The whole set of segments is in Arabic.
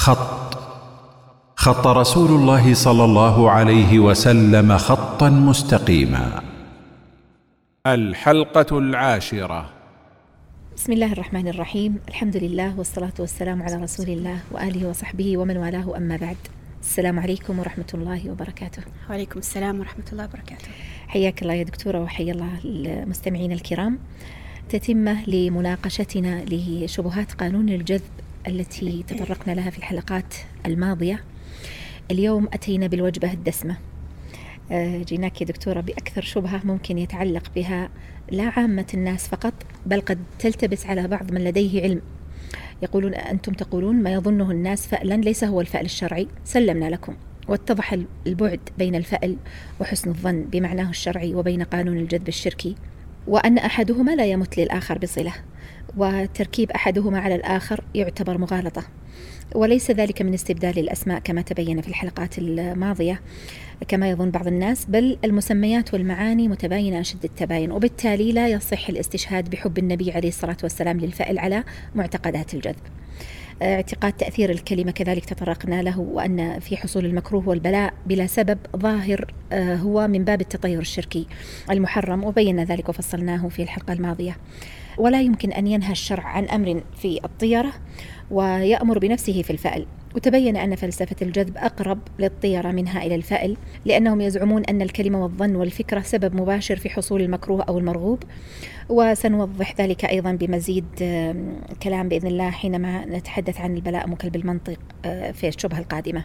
خط رسول الله صلى الله عليه وسلم خطا مستقيما. الحلقة 10. بسم الله الرحمن الرحيم. الحمد لله والصلاة والسلام على رسول الله وآله وصحبه ومن والاه، أما بعد. السلام عليكم ورحمة الله وبركاته. وعليكم السلام ورحمة الله وبركاته. حياك الله يا دكتورة وحيا الله المستمعين الكرام. تتمة لمناقشتنا لشبهات قانون الجذب التي تطرقنا لها في الحلقات الماضية. اليوم أتينا بالوجبة الدسمة. جيناك يا دكتورة بأكثر شبهة ممكن يتعلق بها لا عامة الناس فقط، بل قد تلتبس على بعض من لديه علم. يقولون أنتم تقولون ما يظنه الناس فألا ليس هو الفأل الشرعي، سلمنا لكم، واتضح البعد بين الفأل وحسن الظن بمعناه الشرعي وبين قانون الجذب الشركي، وأن أحدهما لا يمت للآخر بصلة، وتركيب أحدهما على الآخر يعتبر مغالطة، وليس ذلك من استبدال الأسماء كما تبين في الحلقات الماضية كما يظن بعض الناس، بل المسميات والمعاني متباينة أشد التباين، وبالتالي لا يصح الاستشهاد بحب النبي عليه الصلاة والسلام للفأل على معتقدات الجذب. اعتقاد تأثير الكلمة كذلك تطرقنا له، وأن في حصول المكروه والبلاء بلا سبب ظاهر هو من باب التطير الشركي المحرم، وبينا ذلك وفصلناه في الحلقة الماضية. ولا يمكن أن ينهى الشرع عن أمر في الطيرة ويأمر بنفسه في الفأل، وتبين أن فلسفة الجذب أقرب للطيرة منها إلى الفأل، لأنهم يزعمون أن الكلمة والظن والفكرة سبب مباشر في حصول المكروه أو المرغوب، وسنوضح ذلك أيضا بمزيد كلام بإذن الله حينما نتحدث عن البلاء مكلب المنطق في الشبهة القادمة.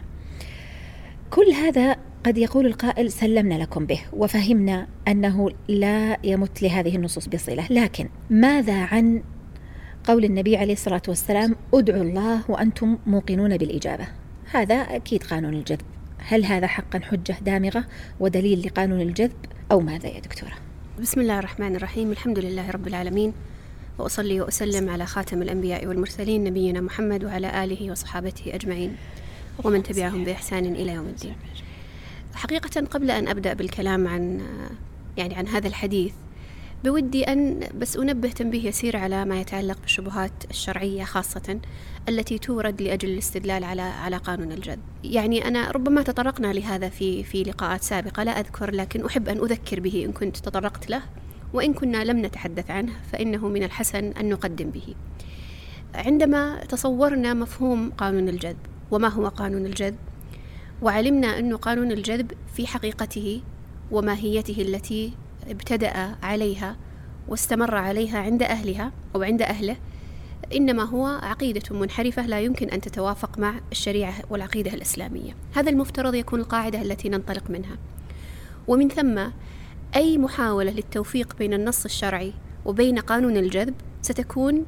كل هذا قد يقول القائل سلمنا لكم به وفهمنا أنه لا يمت لهذه النصوص بصلة، لكن ماذا عن قول النبي عليه الصلاة والسلام ادعوا الله وأنتم موقنون بالإجابة؟ هذا أكيد قانون الجذب. هل هذا حقا حجة دامغة ودليل لقانون الجذب أو ماذا يا دكتورة؟ بسم الله الرحمن الرحيم. الحمد لله رب العالمين، وأصلي وأسلم على خاتم الأنبياء والمرسلين نبينا محمد وعلى آله وصحابته أجمعين ومن تبعهم بإحسان إلى يوم الدين. حقيقة قبل أن أبدأ بالكلام عن هذا الحديث، بودي أن بس أنبه تنبيه يسير على ما يتعلق بالشبهات الشرعية خاصة التي تورد لأجل الاستدلال على قانون الجذب. أنا ربما تطرقنا لهذا في لقاءات سابقة لا أذكر، لكن أحب أن أذكر به إن كنت تطرقت له، وإن كنا لم نتحدث عنه فإنه من الحسن أن نقدم به. عندما تصورنا مفهوم قانون الجذب وما هو قانون الجذب، وعلمنا أن قانون الجذب في حقيقته وماهيته التي ابتدأ عليها واستمر عليها عند أهلها أو عند أهله إنما هو عقيدة منحرفة لا يمكن أن تتوافق مع الشريعة والعقيدة الإسلامية. هذا المفترض يكون القاعدة التي ننطلق منها، ومن ثم أي محاولة للتوفيق بين النص الشرعي وبين قانون الجذب ستكون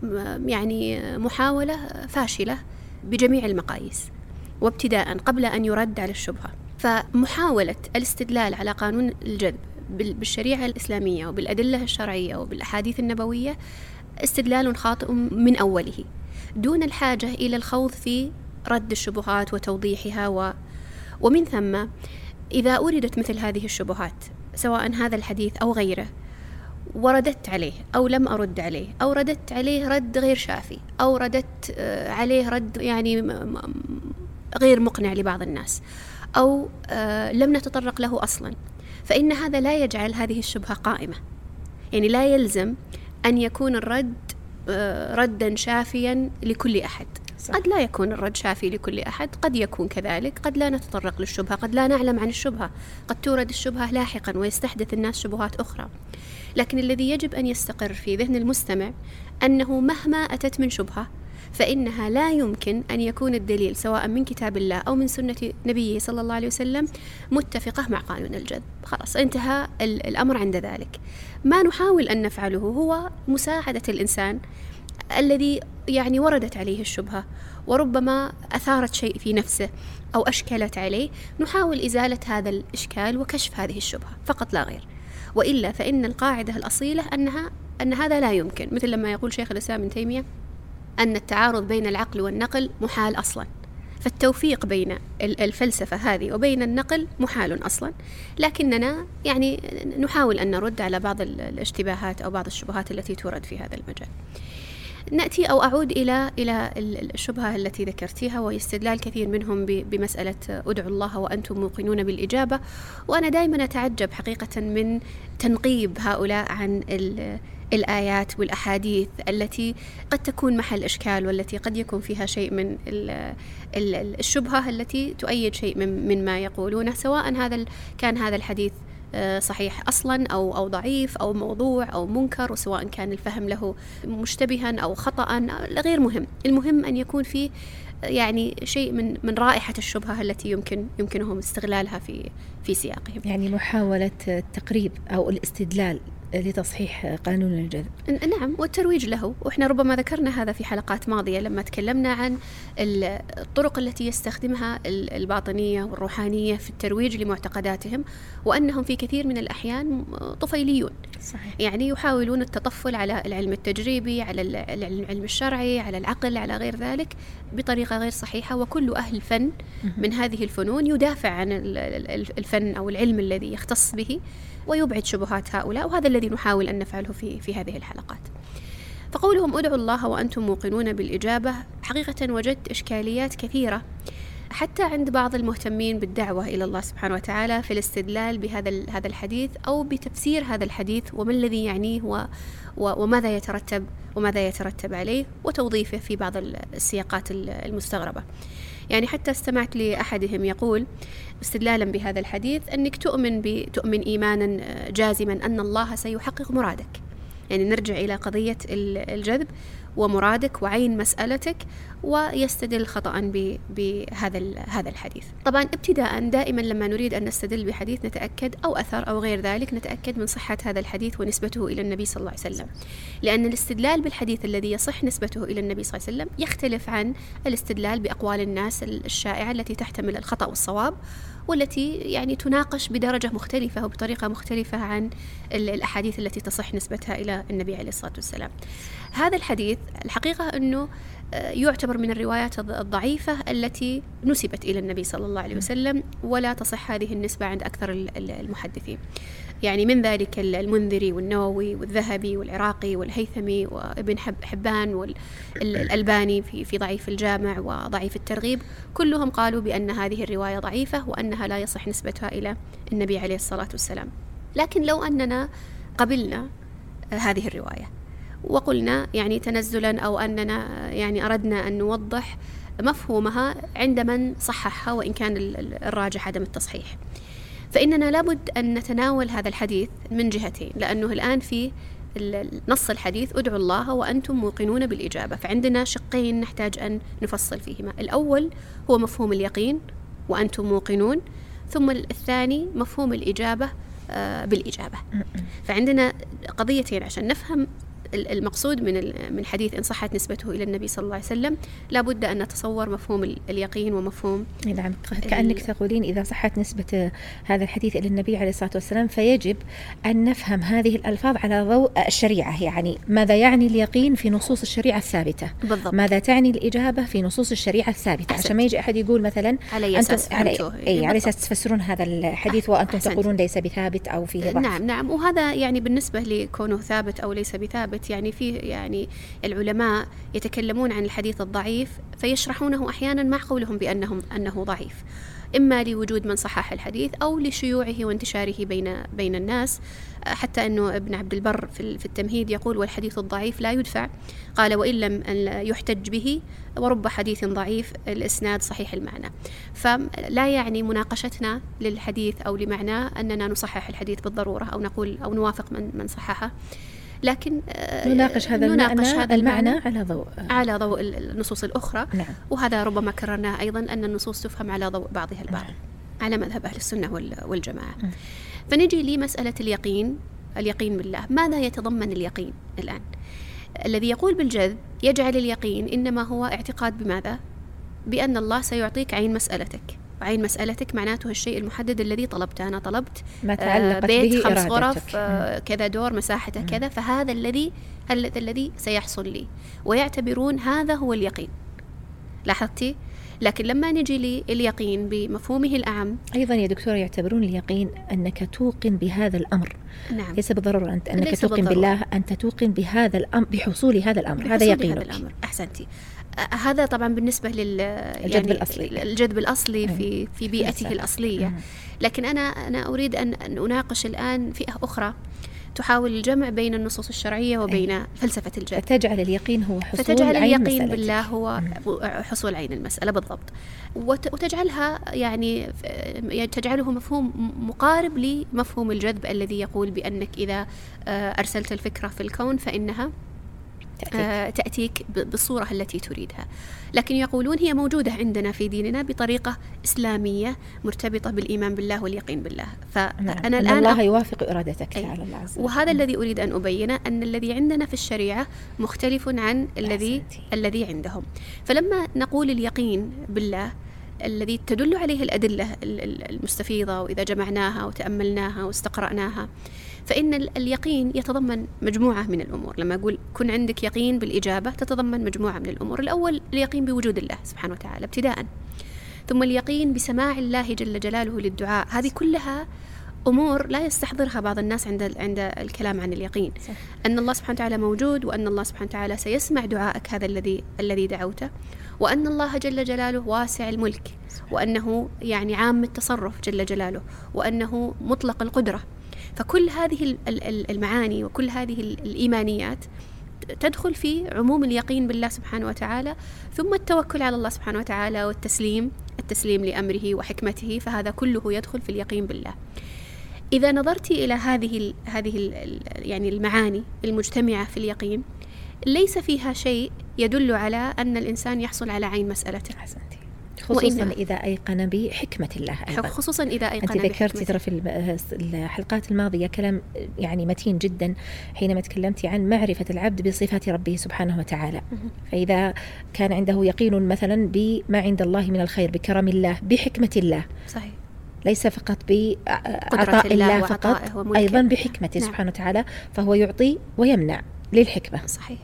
محاولة فاشلة بجميع المقاييس، وابتداء قبل أن يرد على الشبهة. فمحاولة الاستدلال على قانون الجذب بالشريعة الإسلامية وبالأدلة الشرعية وبالأحاديث النبوية استدلال خاطئ من أوله، دون الحاجة إلى الخوض في رد الشبهات وتوضيحها. ومن ثم إذا أوردت مثل هذه الشبهات، سواء هذا الحديث أو غيره، ورددت عليه أو لم أرد عليه، أو رددت عليه رد غير شافي، أو رددت عليه رد غير مقنع لبعض الناس، أو لم نتطرق له أصلا، فإن هذا لا يجعل هذه الشبهة قائمة. لا يلزم أن يكون الرد ردا شافيا لكل أحد. صح. قد لا يكون الرد شافي لكل أحد، قد يكون كذلك، قد لا نتطرق للشبهة، قد لا نعلم عن الشبهة، قد تورد الشبهة لاحقا ويستحدث الناس شبهات أخرى. لكن الذي يجب أن يستقر في ذهن المستمع أنه مهما أتت من شبهة فإنها لا يمكن أن يكون الدليل سواء من كتاب الله أو من سنة نبيه صلى الله عليه وسلم متفقة مع قانون الجذب. خلاص انتهى الأمر عند ذلك. ما نحاول أن نفعله هو مساعدة الإنسان الذي وردت عليه الشبهة وربما أثارت شيء في نفسه أو أشكلت عليه، نحاول إزالة هذا الإشكال وكشف هذه الشبهة فقط لا غير. وإلا فإن القاعدة الأصيلة أن هذا لا يمكن، مثل لما يقول شيخ الإسلام ابن تيمية أن التعارض بين العقل والنقل محال أصلا، فالتوفيق بين الفلسفة هذه وبين النقل محال أصلا، لكننا نحاول أن نرد على بعض الاشتباهات أو بعض الشبهات التي تورد في هذا المجال. نأتي أو أعود إلى الشبهة التي ذكرتيها، واستدلال كثير منهم بمسألة ادعوا الله وأنتم موقنون بالإجابة. وأنا دائما أتعجب حقيقة من تنقيب هؤلاء عن الآيات والأحاديث التي قد تكون محل إشكال، والتي قد يكون فيها شيء من الشبهة التي تؤيد شيء من ما يقولونه، سواء كان هذا الحديث صحيح أصلا أو ضعيف أو موضوع أو منكر، وسواء كان الفهم له مشتبها أو خطأ، غير مهم. المهم أن يكون فيه يعني شيء من رائحة الشبهة التي يمكنهم استغلالها في سياقهم. يعني محاولة التقريب أو الاستدلال لتصحيح قانون الجذب. نعم، والترويج له. وإحنا ربما ذكرنا هذا في حلقات ماضية لما تكلمنا عن الطرق التي يستخدمها الباطنية والروحانية في الترويج لمعتقداتهم، وأنهم في كثير من الأحيان طفيليون. صحيح. يعني يحاولون التطفل على العلم التجريبي، على العلم الشرعي، على العقل، على غير ذلك بطريقة غير صحيحة. وكل أهل فن من هذه الفنون يدافع عن الفن أو العلم الذي يختص به ويبعد شبهات هؤلاء، وهذا الذي نحاول أن نفعله في هذه الحلقات. فقولهم ادعوا الله وأنتم موقنون بالإجابة، حقيقة وجدت إشكاليات كثيرة حتى عند بعض المهتمين بالدعوة إلى الله سبحانه وتعالى في الاستدلال بهذا الحديث أو بتفسير هذا الحديث وما الذي يعنيه وماذا يترتب عليه، وتوظيفه في بعض السياقات المستغربة. يعني حتى استمعت لأحدهم يقول استدلالا بهذا الحديث أنك تؤمن إيمانا جازما أن الله سيحقق مرادك. يعني نرجع إلى قضية الجذب ومرادك وعين مسألتك، ويستدل خطأ بهذا الحديث. طبعا ابتداء دائما لما نريد أن نستدل بحديث نتأكد أو أثر أو غير ذلك، نتأكد من صحة هذا الحديث ونسبته إلى النبي صلى الله عليه وسلم، لأن الاستدلال بالحديث الذي يصح نسبته إلى النبي صلى الله عليه وسلم يختلف عن الاستدلال بأقوال الناس الشائعة التي تحتمل الخطأ والصواب، والتي يعني تناقش بدرجة مختلفة وبطريقة مختلفة عن الأحاديث التي تصح نسبتها إلى النبي عليه الصلاة والسلام. هذا الحديث الحقيقة أنه يعتبر من الروايات الضعيفة التي نسبت إلى النبي صلى الله عليه وسلم، ولا تصح هذه النسبة عند أكثر المحدثين. يعني من ذلك المنذري والنووي والذهبي والعراقي والهيثمي وابن حبان والألباني في ضعيف الجامع وضعيف الترغيب، كلهم قالوا بأن هذه الرواية ضعيفة وأنها لا يصح نسبتها إلى النبي عليه الصلاة والسلام. لكن لو أننا قبلنا هذه الرواية وقلنا يعني تنزلا أو أننا يعني أردنا أن نوضح مفهومها عند من صححها وإن كان الراجح عدم التصحيح، فإننا لابد أن نتناول هذا الحديث من جهتين، لأنه الآن في نص الحديث ادعوا الله وأنتم موقنون بالإجابة، فعندنا شقين نحتاج أن نفصل فيهما. الأول هو مفهوم اليقين وأنتم موقنون، ثم الثاني مفهوم الإجابة بالإجابة. فعندنا قضيتين عشان نفهم المقصود من حديث إن صحت نسبته إلى النبي صلى الله عليه وسلم، لابد أن نتصور مفهوم اليقين ومفهوم. نعم، كأنك تقولين إذا صحت نسبة هذا الحديث إلى النبي عليه الصلاة والسلام فيجب أن نفهم هذه الألفاظ على ضوء الشريعة. يعني ماذا يعني اليقين في نصوص الشريعة الثابتة بالضبط. ماذا تعني الإجابة في نصوص الشريعة الثابتة، عشان ما يجي أحد يقول مثلا على أساس على أساس تفسرون هذا الحديث وأنتم تقولون ليس بثابت أو فيه ضعف. نعم، وهذا يعني بالنسبة لكونه ثابت أو ليس بثابت، يعني في يعني العلماء يتكلمون عن الحديث الضعيف فيشرحونه أحيانا مع قولهم أنه ضعيف، إما لوجود من صحح الحديث أو لشيوعه وانتشاره بين الناس. حتى أنه ابن عبد البر في التمهيد يقول والحديث الضعيف لا يدفع، قال وإن لم يحتج به ورب حديث ضعيف الإسناد صحيح المعنى. فلا يعني مناقشتنا للحديث أو لمعناه أننا نصحح الحديث بالضرورة أو نقول أو نوافق من صححه، لكن نناقش هذا المعنى على ضوء النصوص الأخرى. نعم. وهذا ربما كررناه أيضا أن النصوص تفهم على ضوء بعضها البعض. نعم. على مذهب أهل السنة والجماعة. فنجي لمسألة اليقين بالله. ماذا يتضمن اليقين الآن؟ الذي يقول بالجذب يجعل اليقين إنما هو اعتقاد بماذا؟ بأن الله سيعطيك عين مسألتك، وعين مسألتك معناته الشيء المحدد الذي طلبته. أنا طلبت بيت 5 غرف كذا دور مساحته كذا، فهذا الذي سيحصل لي، ويعتبرون هذا هو اليقين. لاحظتي؟ لكن لما نجي لليقين بمفهومه الأعم، أيضا يا دكتورة يعتبرون اليقين أنك توقن بهذا الأمر. نعم. ليس بالضرورة أنك توقن بالله، أنت توقن بهذا الأمر، بحصول هذا الأمر، هذا يقينك. أحسنتي. هذا طبعا بالنسبة للجذب الأصلي، الجذب الأصلي في بيئته الأصلية. لكن أنا أريد أن أناقش الآن فئة أخرى تحاول الجمع بين النصوص الشرعية وبين فلسفة الجذب. فتجعل اليقين هو حصول فتجعل عين اليقين بالله هو حصول عين المسألة بالضبط، وتجعلها يعني تجعله مفهوم مقارب لمفهوم الجذب الذي يقول بأنك إذا أرسلت الفكرة في الكون فإنها تأتيك بالصورة التي تريدها. لكن يقولون هي موجودة عندنا في ديننا بطريقة إسلامية مرتبطة بالإيمان بالله واليقين بالله. فأنا الآن الله يوافق إرادتك تعالى الله عز وجل. وهذا الذي أريد أن أبينه، أن الذي عندنا في الشريعة مختلف عن الذي عندهم. فلما نقول اليقين بالله الذي تدل عليه الأدلة المستفيضة، وإذا جمعناها وتأملناها واستقرأناها، فإن اليقين يتضمن مجموعة من الأمور. لما أقول كن عندك يقين بالإجابة تتضمن مجموعة من الأمور. الأول اليقين بوجود الله سبحانه وتعالى ابتداء، ثم اليقين بسماع الله جل جلاله للدعاء. هذه كلها أمور لا يستحضرها بعض الناس عند الكلام عن اليقين. صح. أن الله سبحانه وتعالى موجود، وأن الله سبحانه وتعالى سيسمع دعائك هذا الذي دعوته، وأن الله جل جلاله واسع الملك، وأنه يعني عام التصرف جل جلاله، وأنه مطلق القدرة. فكل هذه المعاني وكل هذه الإيمانيات تدخل في عموم اليقين بالله سبحانه وتعالى، ثم التوكل على الله سبحانه وتعالى والتسليم لأمره وحكمته، فهذا كله يدخل في اليقين بالله. إذا نظرت إلى هذه يعني المعاني المجتمعة في اليقين، ليس فيها شيء يدل على أن الإنسان يحصل على عين مسألته، خصوصا إذا أيقن بحكمة الله أيضا. خصوصا إذا أيقن أنت ذكرتي ترى في الحلقات الماضية كلام يعني متين جدا حينما تكلمتي عن معرفة العبد بصفات ربه سبحانه وتعالى. فإذا كان عنده يقين مثلا بما عند الله من الخير، بكرم الله، بحكمة الله، صحيح، ليس فقط بعطاء الله فقط، أيضا بحكمته سبحانه وتعالى، فهو يعطي ويمنع للحكمة. صحيح.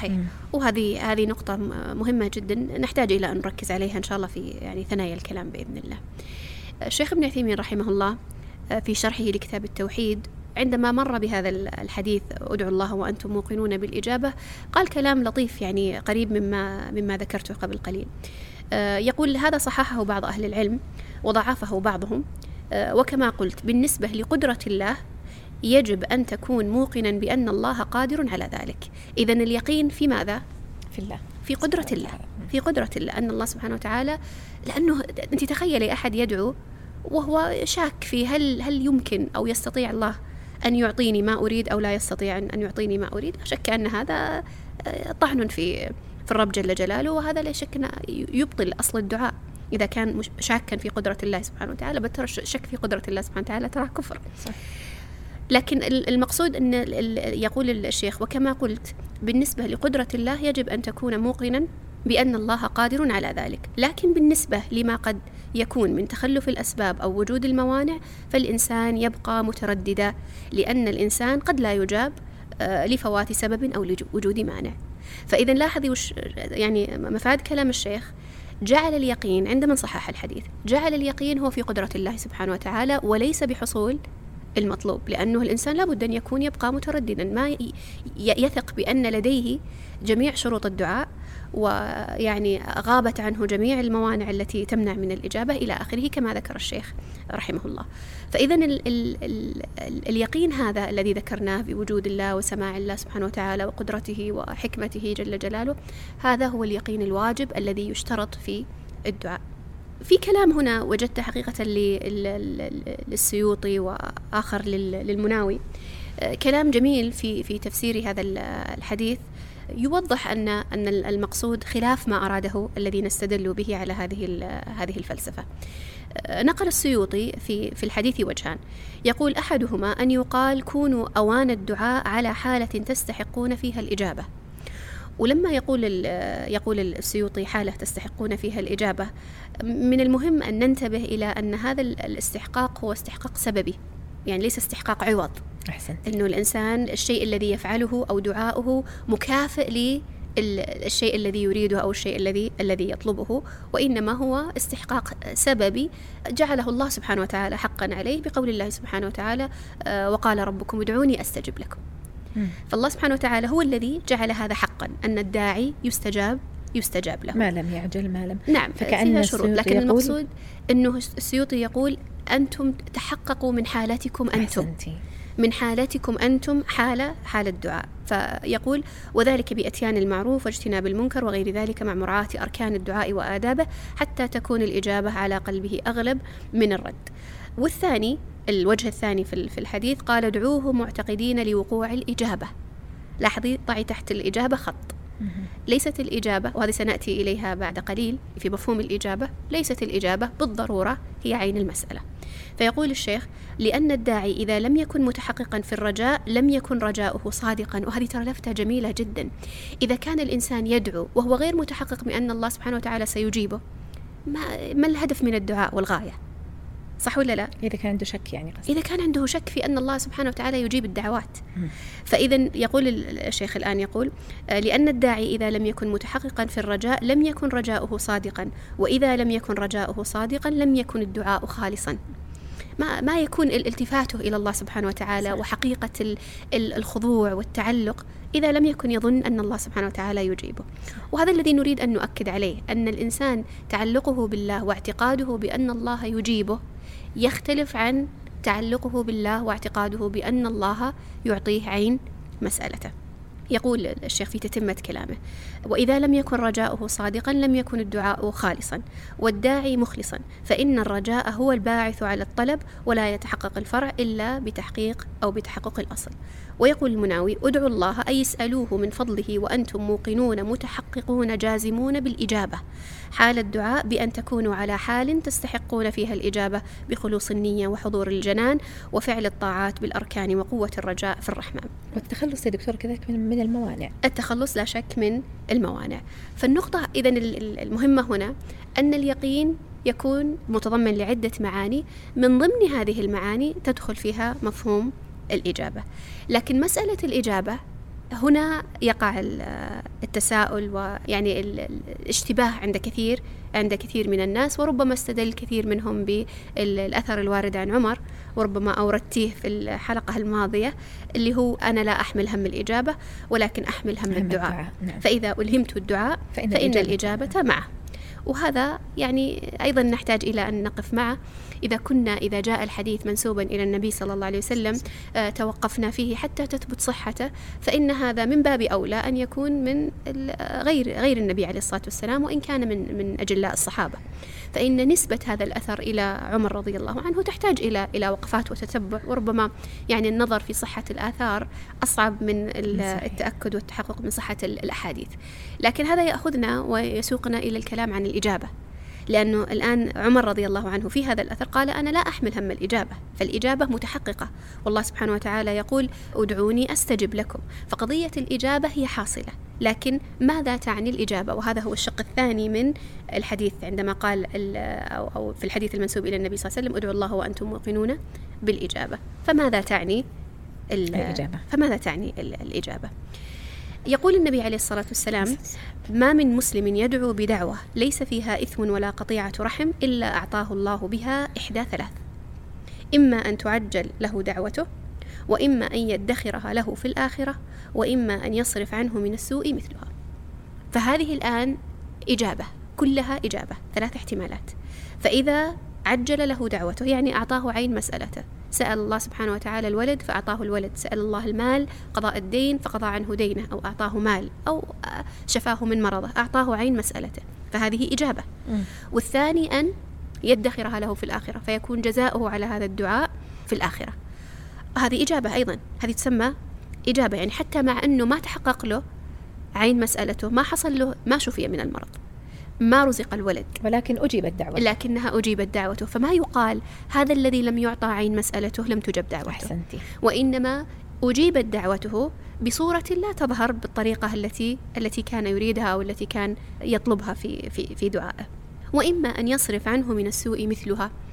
وهذه نقطة مهمة جدا نحتاج إلى أن نركز عليها إن شاء الله في يعني ثنايا الكلام بإذن الله. الشيخ ابن عثيمين رحمه الله في شرحه لكتاب التوحيد عندما مر بهذا الحديث ادعوا الله وأنتم موقنون بالإجابة، قال كلام لطيف يعني قريب مما ذكرته قبل قليل. يقول هذا صححه بعض أهل العلم وضعفه بعضهم، وكما قلت بالنسبة لقدرة الله يجب أن تكون موقنا بأن الله قادر على ذلك. إذن اليقين في ماذا؟ في الله، في قدرة الله، في قدرة الله، أن الله سبحانه وتعالى، لأنه أنت تخيلي أحد يدعو وهو شاك في هل يمكن أو يستطيع الله أن يعطيني ما أريد أو لا يستطيع أن يعطيني ما أريد. لا شك أن هذا طعن في الرب جل جلاله، وهذا لا شك أن يبطل أصل الدعاء. إذا كان شاكا في قدرة الله سبحانه وتعالى، بترى الشك في قدرة الله سبحانه وتعالى ترى كفر. صح. لكن المقصود أن يقول الشيخ وكما قلت بالنسبة لقدرة الله يجب أن تكون موقنا بأن الله قادر على ذلك. لكن بالنسبة لما قد يكون من تخلف الأسباب أو وجود الموانع، فالإنسان يبقى مترددا، لأن الإنسان قد لا يجاب لفوات سبب أو لوجود مانع. فإذا لاحظي يعني مفاد كلام الشيخ، جعل اليقين عند من صحح الحديث، جعل اليقين هو في قدرة الله سبحانه وتعالى وليس بحصول المطلوب، لأنه الإنسان لابد أن يبقى مترددا، ما يثق بأن لديه جميع شروط الدعاء، ويعني غابت عنه جميع الموانع التي تمنع من الإجابة إلى آخره كما ذكر الشيخ رحمه الله. فإذا اليقين هذا الذي ذكرناه بوجود الله وسماع الله سبحانه وتعالى وقدرته وحكمته جل جلاله، هذا هو اليقين الواجب الذي يشترط في الدعاء. في كلام هنا وجدت حقيقة للسيوطي وآخر للمناوي، كلام جميل في تفسير هذا الحديث، يوضح أن المقصود خلاف ما أراده الذي نستدل به على هذه الفلسفة. نقل السيوطي في الحديث وجهان، يقول أحدهما أن يقال كونوا أوان الدعاء على حالة تستحقون فيها الإجابة. ولما يقول السيوطي حالة تستحقون فيها الإجابة، من المهم أن ننتبه إلى أن هذا الاستحقاق هو استحقاق سببي، يعني ليس استحقاق عوض. أحسنت. إنه الإنسان الشيء الذي يفعله أو دعاؤه مكافئ الشيء الذي يريده أو الشيء الذي يطلبه، وإنما هو استحقاق سببي جعله الله سبحانه وتعالى حقا عليه بقول الله سبحانه وتعالى وقال ربكم ادعوني أستجب لكم. فالله سبحانه وتعالى هو الذي جعل هذا حقا، أن الداعي يستجاب له ما لم يعجل ما لم. نعم، فيها شروط، لكن المقصود أنه السيوطي يقول أنتم تحققوا من حالتكم أنتم، من حالتكم أنتم حال الدعاء. فيقول وذلك بإتيان المعروف واجتناب المنكر وغير ذلك مع مراعاة أركان الدعاء وآدابه حتى تكون الإجابة على قلبه أغلب من الرد. والثاني، الوجه الثاني في الحديث، قال ادعوه معتقدين لوقوع الإجابة. لاحظي، ضعي تحت الإجابة خط. ليست الإجابة، وهذه سنأتي إليها بعد قليل في مفهوم الإجابة، ليست الإجابة بالضرورة هي عين المسألة. فيقول الشيخ لأن الداعي إذا لم يكن متحققا في الرجاء لم يكن رجاؤه صادقا. وهذه ترى لفتة جميلة جدا. إذا كان الإنسان يدعو وهو غير متحقق بأن الله سبحانه وتعالى سيجيبه، ما الهدف من الدعاء والغاية؟ صح ولا لا؟ إذا كان عنده شك، يعني قصدي إذا كان عنده شك في أن الله سبحانه وتعالى يجيب الدعوات. فإذا يقول الشيخ الآن، يقول لأن الداعي إذا لم يكن متحققا في الرجاء لم يكن رجاؤه صادقا، وإذا لم يكن رجاؤه صادقا لم يكن الدعاء خالصا. ما يكون الالتفاته إلى الله سبحانه وتعالى وحقيقة الخضوع والتعلق إذا لم يكن يظن أن الله سبحانه وتعالى يجيبه. وهذا الذي نريد أن نؤكد عليه، أن الإنسان تعلقه بالله واعتقاده بأن الله يجيبه يختلف عن تعلقه بالله واعتقاده بأن الله يعطيه عين مسألته. يقول الشيخ في تتمة كلامه وإذا لم يكن رجاؤه صادقا لم يكن الدعاء خالصا والداعي مخلصا، فإن الرجاء هو الباعث على الطلب ولا يتحقق الفرع إلا بتحقق الأصل. ويقول المناوي ادعوا الله أي اسألوه من فضله وأنتم موقنون متحققون جازمون بالإجابة حال الدعاء، بأن تكونوا على حال تستحقون فيها الإجابة بخلوص النية وحضور الجنان وفعل الطاعات بالأركان وقوة الرجاء في الرحمن. والتخلص يا دكتور كذلك من الموانع. التخلص لا شك من الموانع. فالنقطة إذن المهمة هنا أن اليقين يكون متضمن لعدة معاني، من ضمن هذه المعاني تدخل فيها مفهوم الإجابة. لكن مسألة الإجابة هنا يقع التساؤل ويعني الاشتباه عند كثير من الناس، وربما استدل كثير منهم بالأثر الوارد عن عمر، وربما أوردتيه في الحلقة الماضية، اللي هو أنا لا أحمل هم الإجابة ولكن أحمل هم الدعاء. نعم. فإذا ألهمت الدعاء فإن الإجابة معه. وهذا يعني أيضا نحتاج إلى أن نقف معه. إذا جاء الحديث منسوبا إلى النبي صلى الله عليه وسلم توقفنا فيه حتى تثبت صحته، فإن هذا من باب أولى أن يكون من غير النبي عليه الصلاة والسلام، وإن كان من أجلاء الصحابة. فإن نسبة هذا الأثر إلى عمر رضي الله عنه تحتاج إلى وقفات وتتبع، وربما يعني النظر في صحة الآثار أصعب من التأكد والتحقق من صحة الأحاديث. لكن هذا يأخذنا ويسوقنا إلى الكلام عن الإجابة، لأنه الآن عمر رضي الله عنه في هذا الأثر قال أنا لا أحمل هم الإجابة، فالإجابة متحققة، والله سبحانه وتعالى يقول ادعوني أستجب لكم، فقضية الإجابة هي حاصلة. لكن ماذا تعني الإجابة؟ وهذا هو الشق الثاني من الحديث، عندما قال أو في الحديث المنسوب إلى النبي صلى الله عليه وسلم ادعوا الله وأنتم موقنون بالإجابة. فماذا تعني الإجابة؟ يقول النبي عليه الصلاة والسلام ما من مسلم يدعو بدعوة ليس فيها إثم ولا قطيعة رحم إلا أعطاه الله بها إحدى ثلاث: إما أن تعجل له دعوته، وإما أن يدخرها له في الآخرة، وإما أن يصرف عنه من السوء مثلها. فهذه الآن إجابة، كلها إجابة، 3 احتمالات. فإذا عجل له دعوته يعني أعطاه عين مسألته، سأل الله سبحانه وتعالى الولد فأعطاه الولد، سأل الله المال قضاء الدين فقضى عنه دينه، أو أعطاه مال، أو شفاه من مرضه، أعطاه عين مسألته، فهذه إجابة. والثاني أن يدخرها له في الآخرة فيكون جزاؤه على هذا الدعاء في الآخرة، هذه إجابة أيضا، هذه تسمى إجابة. يعني حتى مع أنه ما تحقق له عين مسألته، ما حصل له، ما شفي من المرض، ما رزق الولد، ولكن لكنها أجيبت دعوته، فما يقال هذا الذي لم يعطى عين مسألته لم تجب دعوته. أحسنتي. وإنما أجيبت دعوته بصورة لا تظهر بالطريقة التي كان يريدها أو التي كان يطلبها في دعائه. وإما أن يصرف عنه من السوء مثلها،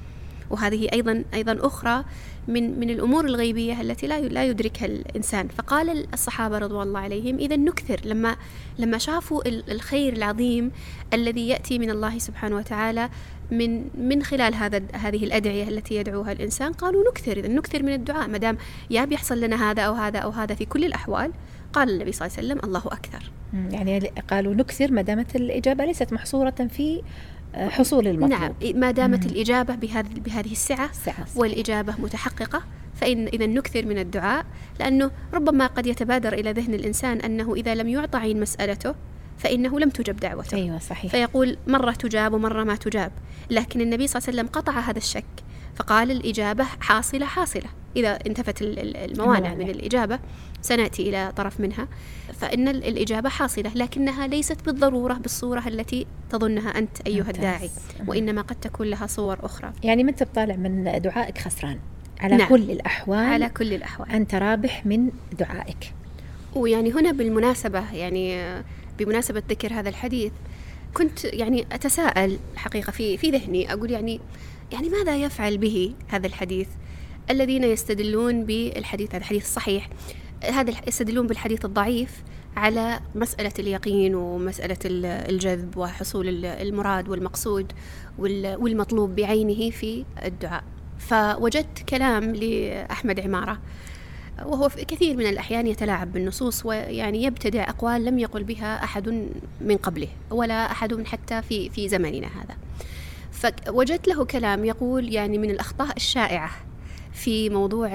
وهذه أيضا أخرى من الأمور الغيبية التي لا يدركها الإنسان. فقال الصحابة رضوان الله عليهم إذا نكثر، لما شافوا الخير العظيم الذي يأتي من الله سبحانه وتعالى من خلال هذه الأدعية التي يدعوها الإنسان، قالوا نكثر من الدعاء، ما دام بيحصل لنا هذا أو هذا أو هذا في كل الأحوال. قال النبي صلى الله عليه وسلم الله أكثر. يعني قالوا نكثر ما دامت الإجابة ليست محصورة في حصول المطلوب. نعم، ما دامت الإجابة بهذه السعة والإجابة متحققة، فإن إذا نكثر من الدعاء، لأنه ربما قد يتبادر إلى ذهن الإنسان أنه إذا لم يعطى عين مسألته فإنه لم تجب دعوته. أيوة صحيح. فيقول مرة تجاب ومرة ما تجاب، لكن النبي صلى الله عليه وسلم قطع هذا الشك، فقال الإجابة حاصلة إذا انتفت الموانع من الإجابة، سنأتي إلى طرف منها، فإن الإجابة حاصلة، لكنها ليست بالضرورة بالصورة التي تظنها أنت أيها الداعي، وإنما قد تكون لها صور أخرى. يعني ما أنت بطالع من دعائك خسران على نعم. كل الأحوال، على كل الأحوال أنت رابح من دعائك. ويعني هنا بالمناسبة، يعني بمناسبة ذكر هذا الحديث، كنت يعني أتساءل الحقيقة في ذهني، أقول يعني ماذا يفعل به هذا الحديث الذين يستدلون بالحديث، هذا الحديث صحيح، هذا يستدلون بالحديث الضعيف على مسألة اليقين ومسألة الجذب وحصول المراد والمقصود والمطلوب بعينه في الدعاء. فوجدت كلام لأحمد عمارة، وهو في كثير من الأحيان يتلاعب بالنصوص، ويعني يبتدع أقوال لم يقل بها أحد من قبله ولا أحد حتى في زماننا هذا. فوجدت له كلام يقول يعني من الأخطاء الشائعة في موضوع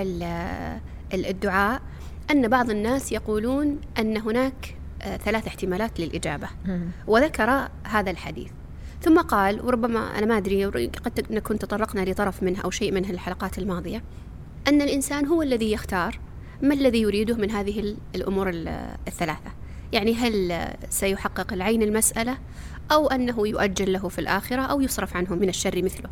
الدعاء أن بعض الناس يقولون أن هناك 3 احتمالات للإجابة، وذكر هذا الحديث، ثم قال، وربما أنا ما أدري قد نكون تطرقنا لطرف منها أو شيء منها الحلقات الماضية، أن الإنسان هو الذي يختار ما الذي يريده من هذه الأمور 3، يعني هل سيحقق العين المسألة أو أنه يؤجل له في الآخرة أو يصرف عنه من الشر مثله.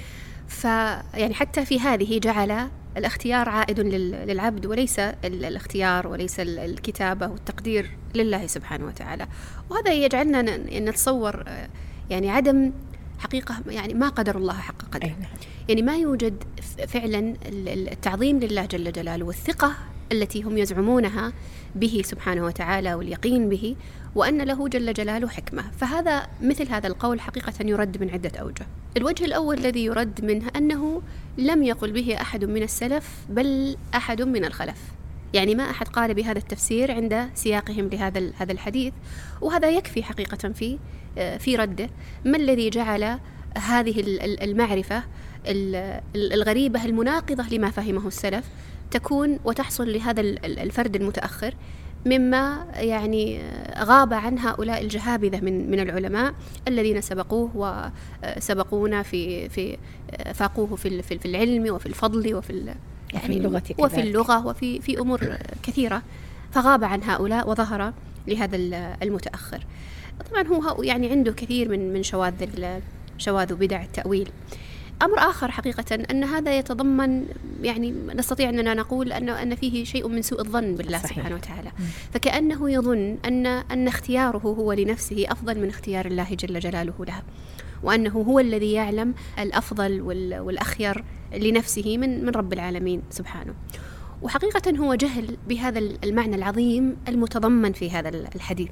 فيعني حتى في هذه جعل الاختيار عائد للعبد، وليس الاختيار وليس الكتابة والتقدير لله سبحانه وتعالى. وهذا يجعلنا نتصور يعني عدم حقيقة، يعني ما قدر الله حق قدره، يعني ما يوجد فعلا التعظيم لله جل جلاله والثقة التي هم يزعمونها به سبحانه وتعالى واليقين به، وأن له جل جلاله حكمة. فهذا مثل هذا القول حقيقة يرد من عدة أوجه. الوجه الأول الذي يرد منه أنه لم يقل به أحد من السلف بل أحد من الخلف، يعني ما أحد قال بهذا التفسير عند سياقهم لهذا الحديث، وهذا يكفي حقيقة في رده. ما الذي جعل هذه المعرفة الغريبة المناقضة لما فهمه السلف تكون وتحصل لهذا الفرد المتأخر، مما يعني غاب عن هؤلاء الجهابذة من العلماء الذين سبقوه وسبقونا في فاقوه في العلم وفي الفضل وفي وفي اللغة وفي أمور كثيرة، فغاب عن هؤلاء وظهر لهذا المتأخر. طبعا هو يعني عنده كثير من شواذ بدع التأويل. أمر آخر حقيقة أن هذا يتضمن، يعني نستطيع أننا نقول أن فيه شيء من سوء الظن بالله صحيح. سبحانه وتعالى، فكأنه يظن أن اختياره هو لنفسه أفضل من اختيار الله جل جلاله لها، وأنه هو الذي يعلم الأفضل والأخير لنفسه من رب العالمين سبحانه. وحقيقة هو جهل بهذا المعنى العظيم المتضمن في هذا الحديث،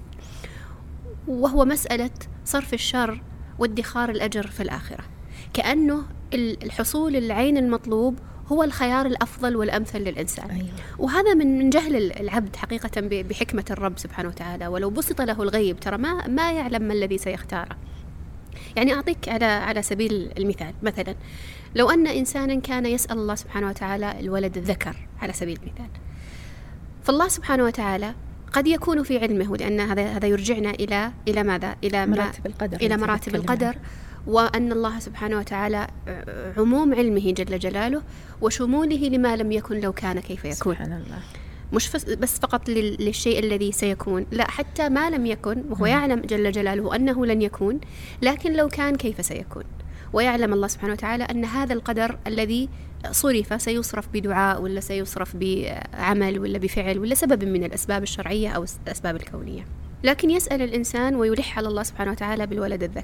وهو مسألة صرف الشر وادخار الأجر في الآخرة، كأنه الحصول العين المطلوب هو الخيار الأفضل والأمثل للإنسان. أيوة. وهذا من جهل العبد حقيقة بحكمة الرب سبحانه وتعالى. ولو بسط له الغيب ترى ما يعلم ما الذي سيختاره. يعني أعطيك على سبيل المثال، مثلا لو أن إنسانا كان يسأل الله سبحانه وتعالى الولد الذكر على سبيل المثال، فالله سبحانه وتعالى قد يكون في علمه، لأن هذا يرجعنا إلى ماذا؟ إلى مراتب القدر، وأن الله سبحانه وتعالى عموم علمه جل جلاله وشموله لما لم يكن لو كان كيف يكون. سبحان الله. مش بس فقط للشيء الذي سيكون، لا، حتى ما لم يكن وهو يعلم جل جلاله أنه لن يكون، لكن لو كان كيف سيكون. ويعلم الله سبحانه وتعالى أن هذا القدر الذي صرف سيصرف بدعاء ولا سيصرف بعمل ولا بفعل ولا سبب من الأسباب الشرعية أو الأسباب الكونية. لكن يسأل الإنسان ويلح على الله سبحانه وتعالى بالولد الذكر،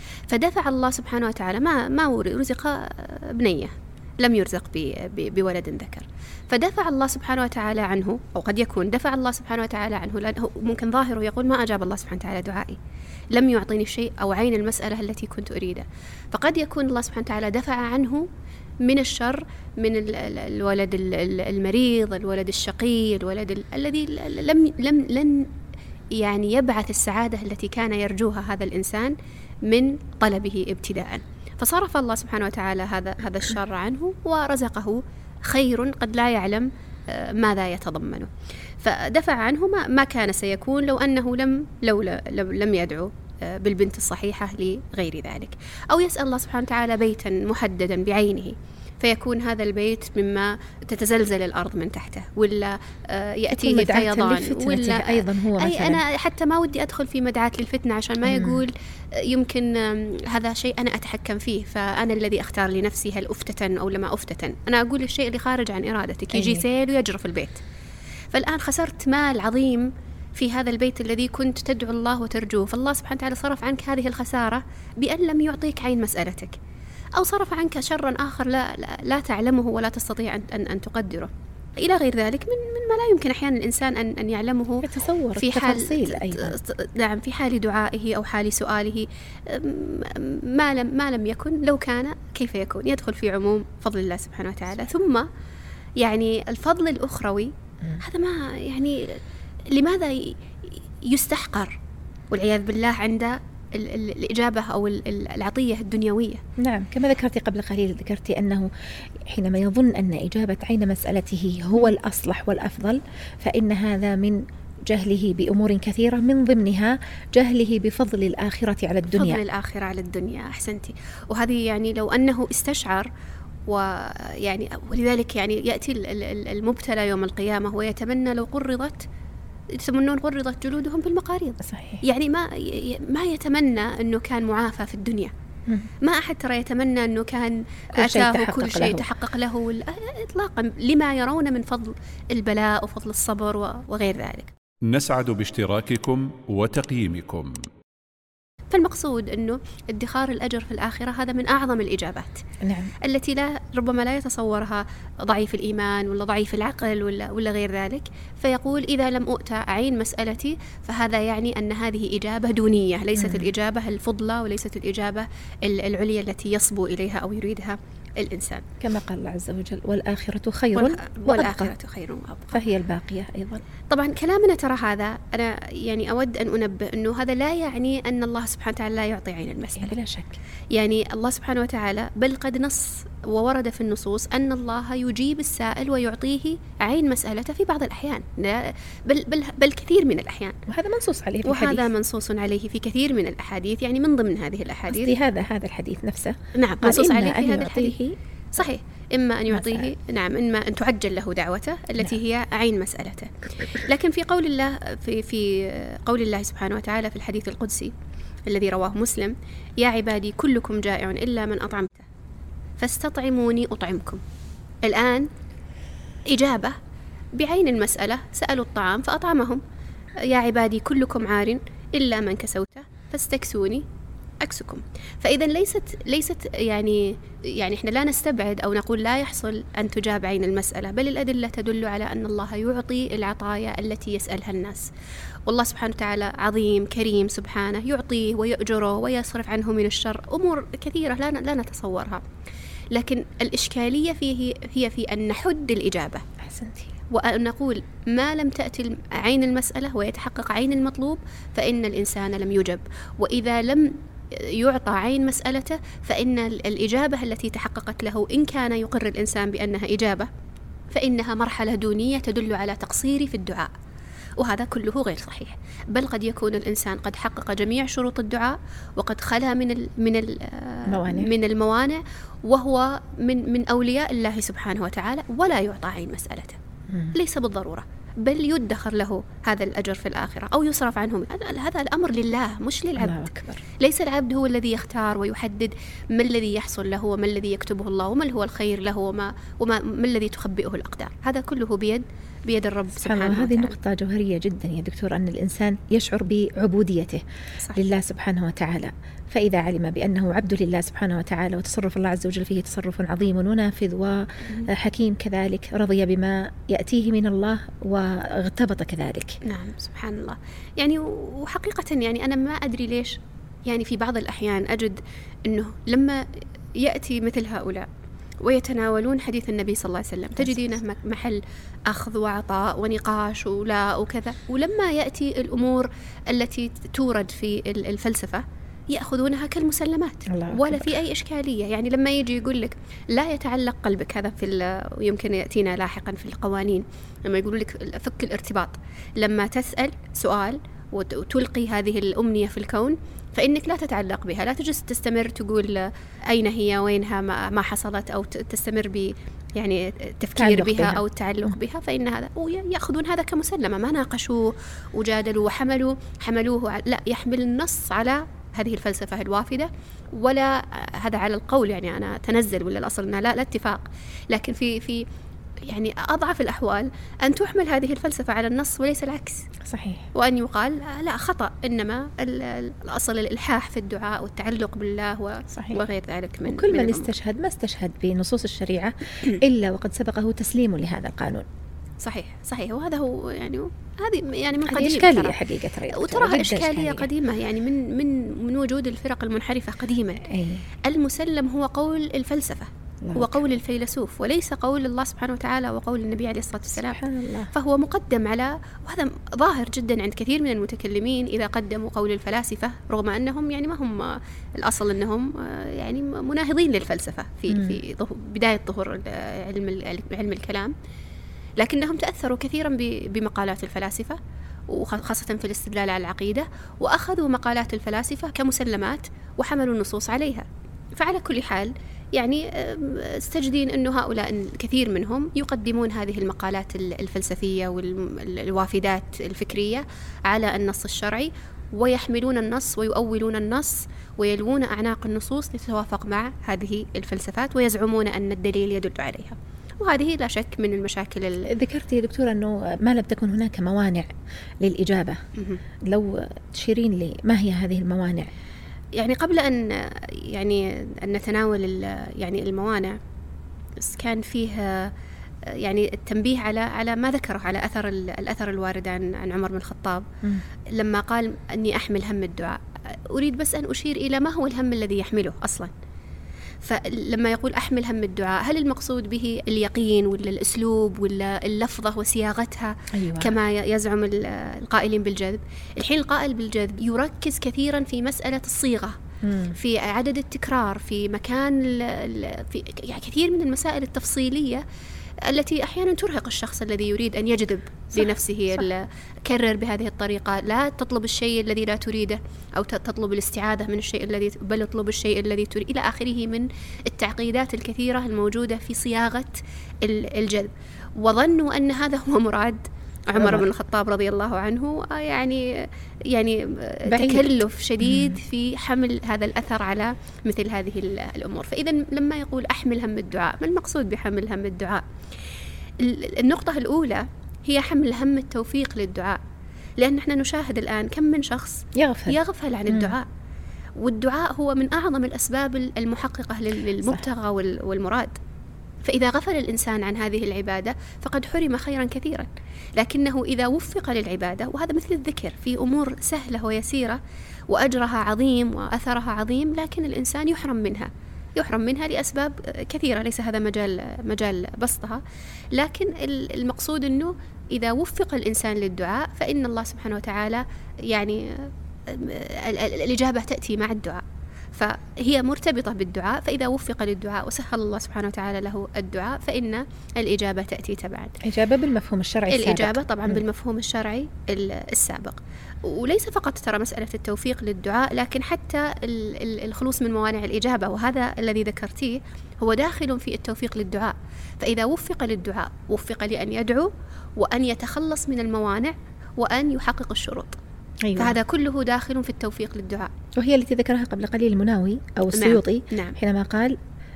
فدفع الله سبحانه وتعالى ما رزق بنية، لم يرزق بولد ذكر، فدفع الله سبحانه وتعالى عنه، أو قد يكون دفع الله سبحانه وتعالى عنه لأنه ممكن ظاهره يقول ما أجاب الله سبحانه وتعالى دعائي، لم يعطيني شيء أو عين المسألة التي كنت أريده. فقد يكون الله سبحانه وتعالى دفع عنه من الشر، من الولد المريض، الولد الشقي، الولد الذي لن يعني يبعث السعادة التي كان يرجوها هذا الإنسان من طلبه ابتداء. فصرف الله سبحانه وتعالى هذا الشر عنه ورزقه خير قد لا يعلم ماذا يتضمنه. فدفع عنه ما كان سيكون لو أنه لم يدعو بالبنت الصحيحة لغير ذلك، أو يسأل الله سبحانه وتعالى بيتا محددا بعينه فيكون هذا البيت مما تتزلزل الأرض من تحته، ولا يأتيه الفيضان، ولا أيضا هو مثلا. أنا حتى ما ودي أدخل في مدعاة للفتنة عشان ما يقول يمكن هذا شيء أنا أتحكم فيه، فأنا الذي أختار لنفسي هل أفتتن أو لما أفتتن. أنا أقول الشيء اللي خارج عن إرادتك، يجي سيل ويجرف البيت. فالآن خسرت مال عظيم في هذا البيت الذي كنت تدعو الله وترجوه، فالله سبحانه وتعالى صرف عنك هذه الخسارة بأن لم يعطيك عين مسألتك، أو صرف عنك شرا آخر لا تعلمه ولا تستطيع أن تقدره، إلى غير ذلك من ما لا يمكن أحيانا الإنسان أن يعلمه يتصور في حال نعم في حال دعائه أو حال سؤاله. ما لم يكن لو كان كيف يكون، يدخل في عموم فضل الله سبحانه وتعالى. ثم يعني الفضل الأخروي هذا ما يعني لماذا يستحقر والعياذ بالله عند الإجابة أو العطية الدنيوية؟ نعم، كما ذكرتي قبل قليل، ذكرتي أنه حينما يظن أن إجابة عين مسألته هو الأصلح والأفضل، فإن هذا من جهله بأمور كثيرة، من ضمنها جهله بفضل الآخرة على الدنيا. فضل الآخرة على الدنيا، أحسنتي. وهذه يعني لو أنه استشعر، ويعني ولذلك يعني يأتي المبتلى يوم القيامة ويتمنى لو يتمنون قرضت جلودهم بالمقاريض. صحيح. يعني ما يتمنى أنه كان معافى في الدنيا، ما أحد ترى يتمنى أنه كان أتاه كل شيء تحقق له إطلاقا، لما يرون من فضل البلاء وفضل الصبر وغير ذلك. نسعد باشتراككم وتقييمكم. فالمقصود أنه ادخار الأجر في الآخرة هذا من أعظم الإجابات. نعم. التي ربما لا يتصورها ضعيف الإيمان ولا ضعيف العقل ولا غير ذلك، فيقول إذا لم أؤتى عين مسألتي فهذا يعني أن هذه إجابة دونية، ليست الإجابة الفضلى وليست الإجابة العليا التي يصبو إليها أو يريدها الإنسان. كما قال الله عز وجل والآخرة خير والآخرة خير وأبقى، فهي الباقية أيضا. طبعا كلامنا ترى هذا أنا يعني أود أن أنبه أنه هذا لا يعني أن الله سبحانه وتعالى لا يعطي عين المسألة، بلا شك. يعني الله سبحانه وتعالى بل قد نص وورد في النصوص أن الله يجيب السائل ويعطيه عين مسألته في بعض الأحيان، بل كثير من الأحيان، وهذا منصوص عليه في الحديث. وهذا منصوص عليه في كثير من الأحاديث، يعني من ضمن هذه الأحاديث هذا الحديث نفسه. نعم، منصوص عليه في هذا الحديث. صحيح، إما أن يعطيه نعم، إما أن تعجل له دعوته التي هي عين مسألته. لكن في قول الله في قول الله سبحانه وتعالى في الحديث القدسي الذي رواه مسلم: يا عبادي كلكم جائع إلا من أطعمته فاستطعموني أطعمكم. الآن إجابة بعين المسألة، سألوا الطعام فأطعمهم. يا عبادي كلكم عار إلا من كسوته فاستكسوني أكسكم. فإذا ليست يعني إحنا لا نستبعد أو نقول لا يحصل أن تجاب عين المسألة، بل الأدلة تدل على أن الله يعطي العطايا التي يسألها الناس. والله سبحانه وتعالى عظيم كريم سبحانه، يعطيه ويؤجره ويصرف عنه من الشر أمور كثيرة لا نتصورها. لكن الإشكالية فيه هي في أن نحد الإجابة. أحسنتي. وأن نقول ما لم تأتي عين المسألة ويتحقق عين المطلوب فإن الإنسان لم يجب، وإذا لم يعطى عين مسألته فإن الإجابة التي تحققت له إن كان يقر الإنسان بأنها إجابة فإنها مرحلة دونية تدل على تقصير في الدعاء، وهذا كله غير صحيح. بل قد يكون الإنسان قد حقق جميع شروط الدعاء وقد خلا من الموانع وهو من أولياء الله سبحانه وتعالى ولا يعطى عين مسألته. ليس بالضرورة، بل يدخر له هذا الأجر في الآخرة أو يصرف عنه. هذا الأمر لله مش للعبد. ليس العبد هو الذي يختار ويحدد ما الذي يحصل له وما الذي يكتبه الله وما هو الخير له وما الذي تخبئه الأقدار. هذا كله بيد بيد الرب سبحانه وتعالى. هذه نقطة جوهرية جدا يا دكتور، أن الإنسان يشعر بعبوديته صح. لله سبحانه وتعالى. فإذا علم بأنه عبد لله سبحانه وتعالى وتصرف الله عز وجل فيه تصرف عظيم ونافذ وحكيم كذلك، رضي بما يأتيه من الله واغتبط كذلك. نعم سبحان الله. يعني وحقيقة يعني أنا ما أدري ليش يعني في بعض الأحيان أجد أنه لما يأتي مثل هؤلاء ويتناولون حديث النبي صلى الله عليه وسلم تجدينه محل أخذ وعطاء ونقاش ولا وكذا، ولما يأتي الأمور التي تورد في الفلسفة يأخذونها كالمسلمات ولا في أي إشكالية. يعني لما يجي يقول لك لا يتعلق قلبك، هذا في يمكن يأتينا لاحقا في القوانين، لما يقولوا لك فك الارتباط، لما تسأل سؤال وتلقي هذه الأمنية في الكون فإنك لا تتعلق بها، لا تجلس تستمر تقول أين هي وينها ما حصلت، أو تستمر يعني التفكير بها أو التعلق بها، فإن هذا يأخذون هذا كمسلمة، ما ناقشوه وجادلوا حملوه لا، يحمل النص على هذه الفلسفة الوافدة، ولا هذا على القول يعني أنا تنزل ولا الأصل أنها لا اتفاق، لكن في يعني أضعف الأحوال أن تحمل هذه الفلسفة على النص وليس العكس. صحيح. وأن يقال لا خطأ، إنما الأصل الإلحاح في الدعاء والتعلق بالله وغير ذلك. وكل من استشهد ما استشهد بنصوص الشريعة إلا وقد سبقه تسليم لهذا القانون. صحيح. وهذا هو يعني هذه يعني من قديم إشكالية حقيقة، وتراها إشكالية قديمة يعني من وجود الفرق المنحرفة قديما. المسلم هو قول الفلسفة، هو قول الفيلسوف، وليس قول الله سبحانه وتعالى وقول النبي عليه الصلاة والسلام. فهو مقدم على، وهذا ظاهر جدا عند كثير من المتكلمين إذا قدموا قول الفلاسفة، رغم أنهم يعني ما هم الأصل أنهم يعني مناهضين للفلسفة في بداية ظهور علم الكلام، لكنهم تأثروا كثيرا بمقالات الفلاسفة وخاصة في الاستدلال على العقيدة، وأخذوا مقالات الفلاسفة كمسلمات وحملوا النصوص عليها. فعلى كل حال يعني استجدين أنه هؤلاء الكثير منهم يقدمون هذه المقالات الفلسفية والوافدات الفكرية على النص الشرعي، ويحملون النص ويؤولون النص ويلوون أعناق النصوص لتتوافق مع هذه الفلسفات، ويزعمون أن الدليل يدل عليها. وهذه لا شك من المشاكل. ذكرتي يا دكتورة أنه ما لم تكن هناك موانع للإجابة، لو تشيرين لي ما هي هذه الموانع؟ يعني قبل أن نتناول يعني الموانع، كان فيها يعني التنبيه على ما ذكره على الأثر الوارد عن عمر بن الخطاب لما قال أني أحمل هم الدعاء. أريد بس أن أشير إلى ما هو الهم الذي يحمله أصلا. فلما يقول أحمل هم الدعاء، هل المقصود به اليقين ولا الأسلوب ولا اللفظة وصياغتها؟ أيوة. كما يزعم القائلين بالجذب. الحين القائل بالجذب يركز كثيرا في مسألة الصيغة، في عدد التكرار، في مكان في يعني كثير من المسائل التفصيلية التي أحيانا ترهق الشخص الذي يريد أن يجذب لنفسه. كرر بهذه الطريقة، لا تطلب الشيء الذي لا تريده، أو تطلب الاستعاذة من الشيء الذي، بل اطلب الشيء الذي تريد، إلى آخره من التعقيدات الكثيرة الموجودة في صياغة الجذب. وظنوا أن هذا هو مراد عمر بن الخطاب رضي الله عنه، يعني تكلف شديد في حمل هذا الأثر على مثل هذه الأمور. فإذا لما يقول أحمل هم الدعاء، ما المقصود بحمل هم الدعاء؟ النقطة الأولى هي حمل هم التوفيق للدعاء، لأن احنا نشاهد الآن كم من شخص يغفل عن الدعاء، والدعاء هو من أعظم الأسباب المحققة للمبتغى والمراد. فإذا غفل الإنسان عن هذه العبادة فقد حرم خيرا كثيرا. لكنه إذا وفق للعبادة، وهذا مثل الذكر، في أمور سهلة ويسيرة وأجرها عظيم وأثرها عظيم، لكن الإنسان يحرم منها لأسباب كثيرة، ليس هذا مجال بسطها. لكن المقصود أنه إذا وفق الإنسان للدعاء فإن الله سبحانه وتعالى يعني الإجابة تأتي مع الدعاء، فهي مرتبطة بالدعاء. فإذا وفق للدعاء وسهل الله سبحانه وتعالى له الدعاء فإن الإجابة تأتي تبعا. إجابة بالمفهوم الشرعي السابق. الإجابة طبعا بالمفهوم الشرعي السابق. وليس فقط ترى مسألة التوفيق للدعاء، لكن حتى الخلوص من موانع الإجابة، وهذا الذي ذكرتيه هو داخل في التوفيق للدعاء. فإذا وفق للدعاء وفق لأن يدعو وأن يتخلص من الموانع وأن يحقق الشروط. أيوة. فهذا كله داخل في التوفيق للدعاء، وهي التي ذكرها قبل قليل المناوي أو السيوطي. نعم. حينما قال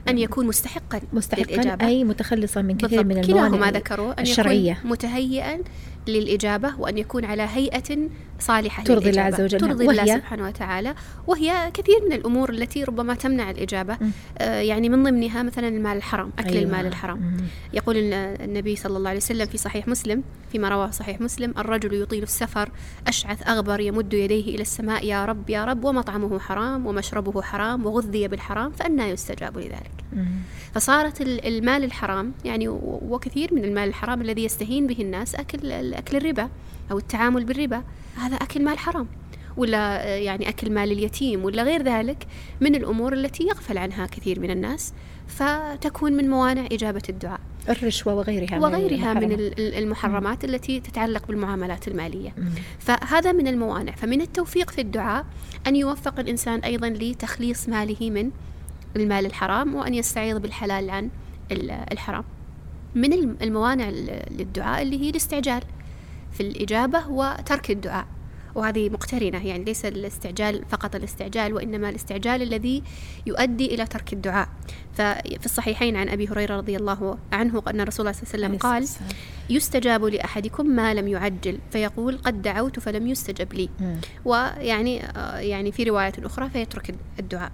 أن يكون مستحقا للإجابة، أي متخلصا من كثير من الموانع الشرعية، أن الشرعية، يكون متهيئا للإجابة، وأن يكون على هيئة صالحة ترضي الله عز وجل، ترضي الله سبحانه وتعالى. وهي كثير من الأمور التي ربما تمنع الإجابة. يعني من ضمنها مثلا المال الحرام، أكل المال الحرام. يقول النبي صلى الله عليه وسلم في صحيح مسلم، فيما رواه صحيح مسلم: الرجل يطيل السفر أشعث أغبر يمد يديه إلى السماء يا رب يا رب، ومطعمه حرام ومشربه حرام وغذي بالحرام، فأنى يستجاب لذلك. فصارت المال الحرام يعني، وكثير من المال الحرام الذي يستهين به الناس أكل الربا أو التعامل بالربا، هذا أكل مال حرام، ولا يعني أكل مال اليتيم، ولا غير ذلك من الأمور التي يغفل عنها كثير من الناس، فتكون من موانع إجابة الدعاء. الرشوة وغيرها من المحرمات التي تتعلق بالمعاملات المالية. فهذا من الموانع. فمن التوفيق في الدعاء أن يوفق الإنسان أيضا لتخليص ماله من المال الحرام، وأن يستعيض بالحلال عن الحرام. من الموانع للدعاء اللي هي الاستعجال في الإجابة وترك الدعاء، وهذه مقترنة، يعني ليس الاستعجال فقط الاستعجال، وإنما الاستعجال الذي يؤدي إلى ترك الدعاء. ففي الصحيحين عن أبي هريرة رضي الله عنه أن رسول الله صلى الله عليه وسلم قال: يستجاب لأحدكم ما لم يعجل، فيقول قد دعوت فلم يستجب لي، ويعني في رواية أخرى فيترك الدعاء.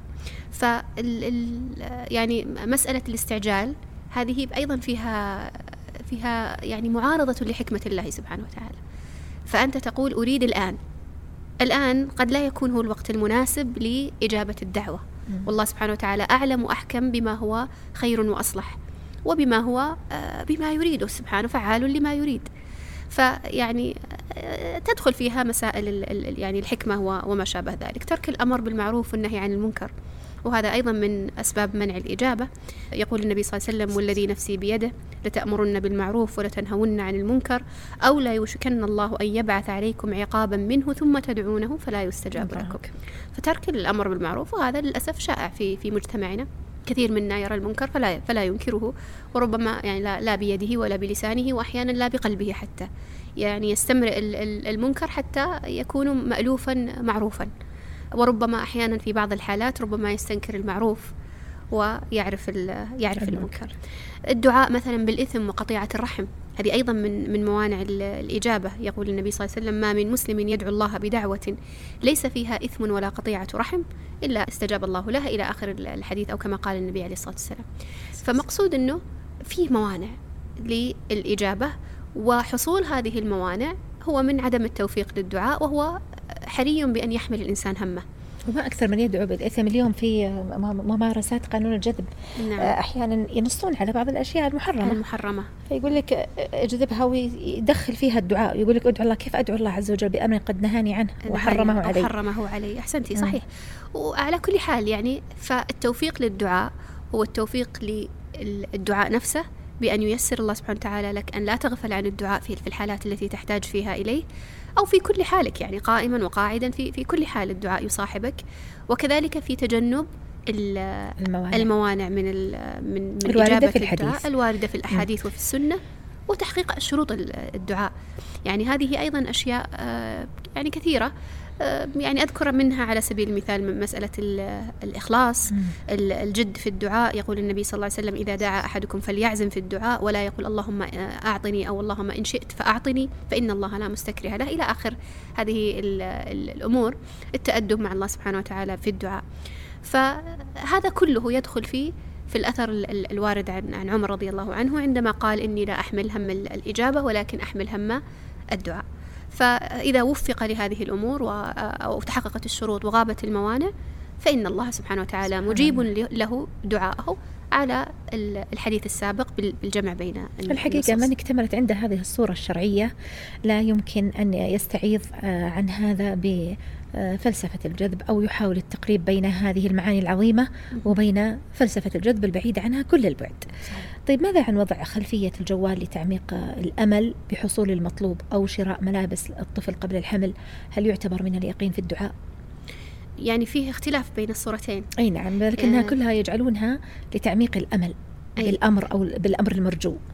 يعني مسألة الاستعجال هذه أيضا فيها يعني معارضة لحكمة الله سبحانه وتعالى. فأنت تقول أريد الآن قد لا يكون هو الوقت المناسب لإجابة الدعوة، والله سبحانه وتعالى أعلم وأحكم بما هو خير وأصلح، وبما هو بما يريده سبحانه، فعال لما يريد. فيعني تدخل فيها مسائل يعني الحكمة وما شابه ذلك. ترك الأمر بالمعروف والنهي عن المنكر، وهذا أيضا من أسباب منع الإجابة. يقول النبي صلى الله عليه وسلم: والذي نفسي بيده لتأمرن بالمعروف ولتنهون عن المنكر، أو لا يوشكن الله أن يبعث عليكم عقابا منه ثم تدعونه فلا يستجاب لكم. فترك الأمر بالمعروف، وهذا للأسف شائع في مجتمعنا. كثير منا يرى المنكر فلا ينكره، وربما يعني لا بيده ولا بلسانه، وأحيانا لا بقلبه حتى، يعني يستمر المنكر حتى يكون مألوفا معروفا، وربما أحيانا في بعض الحالات ربما يستنكر المعروف ويعرف المنكر. الدعاء مثلا بالإثم وقطيعة الرحم، هذه أيضا من موانع الإجابة. يقول النبي صلى الله عليه وسلم: ما من مسلم يدعو الله بدعوة ليس فيها إثم ولا قطيعة رحم إلا استجاب الله لها، إلى آخر الحديث، أو كما قال النبي عليه الصلاة والسلام. فمقصود أنه في موانع للإجابة، وحصول هذه الموانع هو من عدم التوفيق للدعاء، وهو حري بأن يحمل الإنسان همه. وما أكثر من يدعو بالإثم اليوم في ممارسات قانون الجذب. نعم. أحيانا ينصون على بعض الأشياء المحرمة، فيقول لك اجذبها ويدخل فيها الدعاء، يقول لك ادعو الله. كيف أدعو الله عز وجل بأمر قد نهاني عنه وحرمه علي؟ أحسنتي، صحيح. وعلى كل حال يعني، فالتوفيق للدعاء هو التوفيق للدعاء نفسه، بأن ييسر الله سبحانه وتعالى لك أن لا تغفل عن الدعاء في الحالات التي تحتاج فيها إليه، أو في كل حالك، يعني قائما وقاعدا، في كل حال الدعاء يصاحبك. وكذلك في تجنب الموانع من إجابة الدعاء الواردة في الأحاديث وفي السنة، وتحقيق شروط الدعاء. يعني هذه أيضا أشياء يعني كثيرة، يعني أذكر منها على سبيل المثال من مسألة الإخلاص، الجد في الدعاء. يقول النبي صلى الله عليه وسلم: إذا دعا أحدكم فليعزم في الدعاء، ولا يقول اللهم أعطني أو اللهم إن شئت فأعطني فإن الله لا مستكره له، إلى آخر هذه الأمور. التأدب مع الله سبحانه وتعالى في الدعاء. فهذا كله يدخل في الأثر الوارد عن عمر رضي الله عنه، عندما قال: إني لا أحمل هم الإجابة ولكن أحمل هم الدعاء. فإذا وفق لهذه الأمور أو تحققت الشروط وغابت الموانع، فإن الله سبحانه وتعالى مجيب له دعاءه، على الحديث السابق بالجمع بين الحقيقة من اكتملت عنده هذه الصورة الشرعية لا يمكن أن يستعيض عن هذا بفلسفة الجذب، أو يحاول التقريب بين هذه المعاني العظيمة وبين فلسفة الجذب البعيد عنها كل البعد. طيب، ماذا عن وضع خلفية الجوال لتعميق الأمل بحصول المطلوب، أو شراء ملابس الطفل قبل الحمل؟ هل يعتبر من اليقين في الدعاء؟ يعني فيه اختلاف بين الصورتين. أي نعم، لكنها كلها يجعلونها لتعميق الأمل بالأمر أو بالأمر المرجو.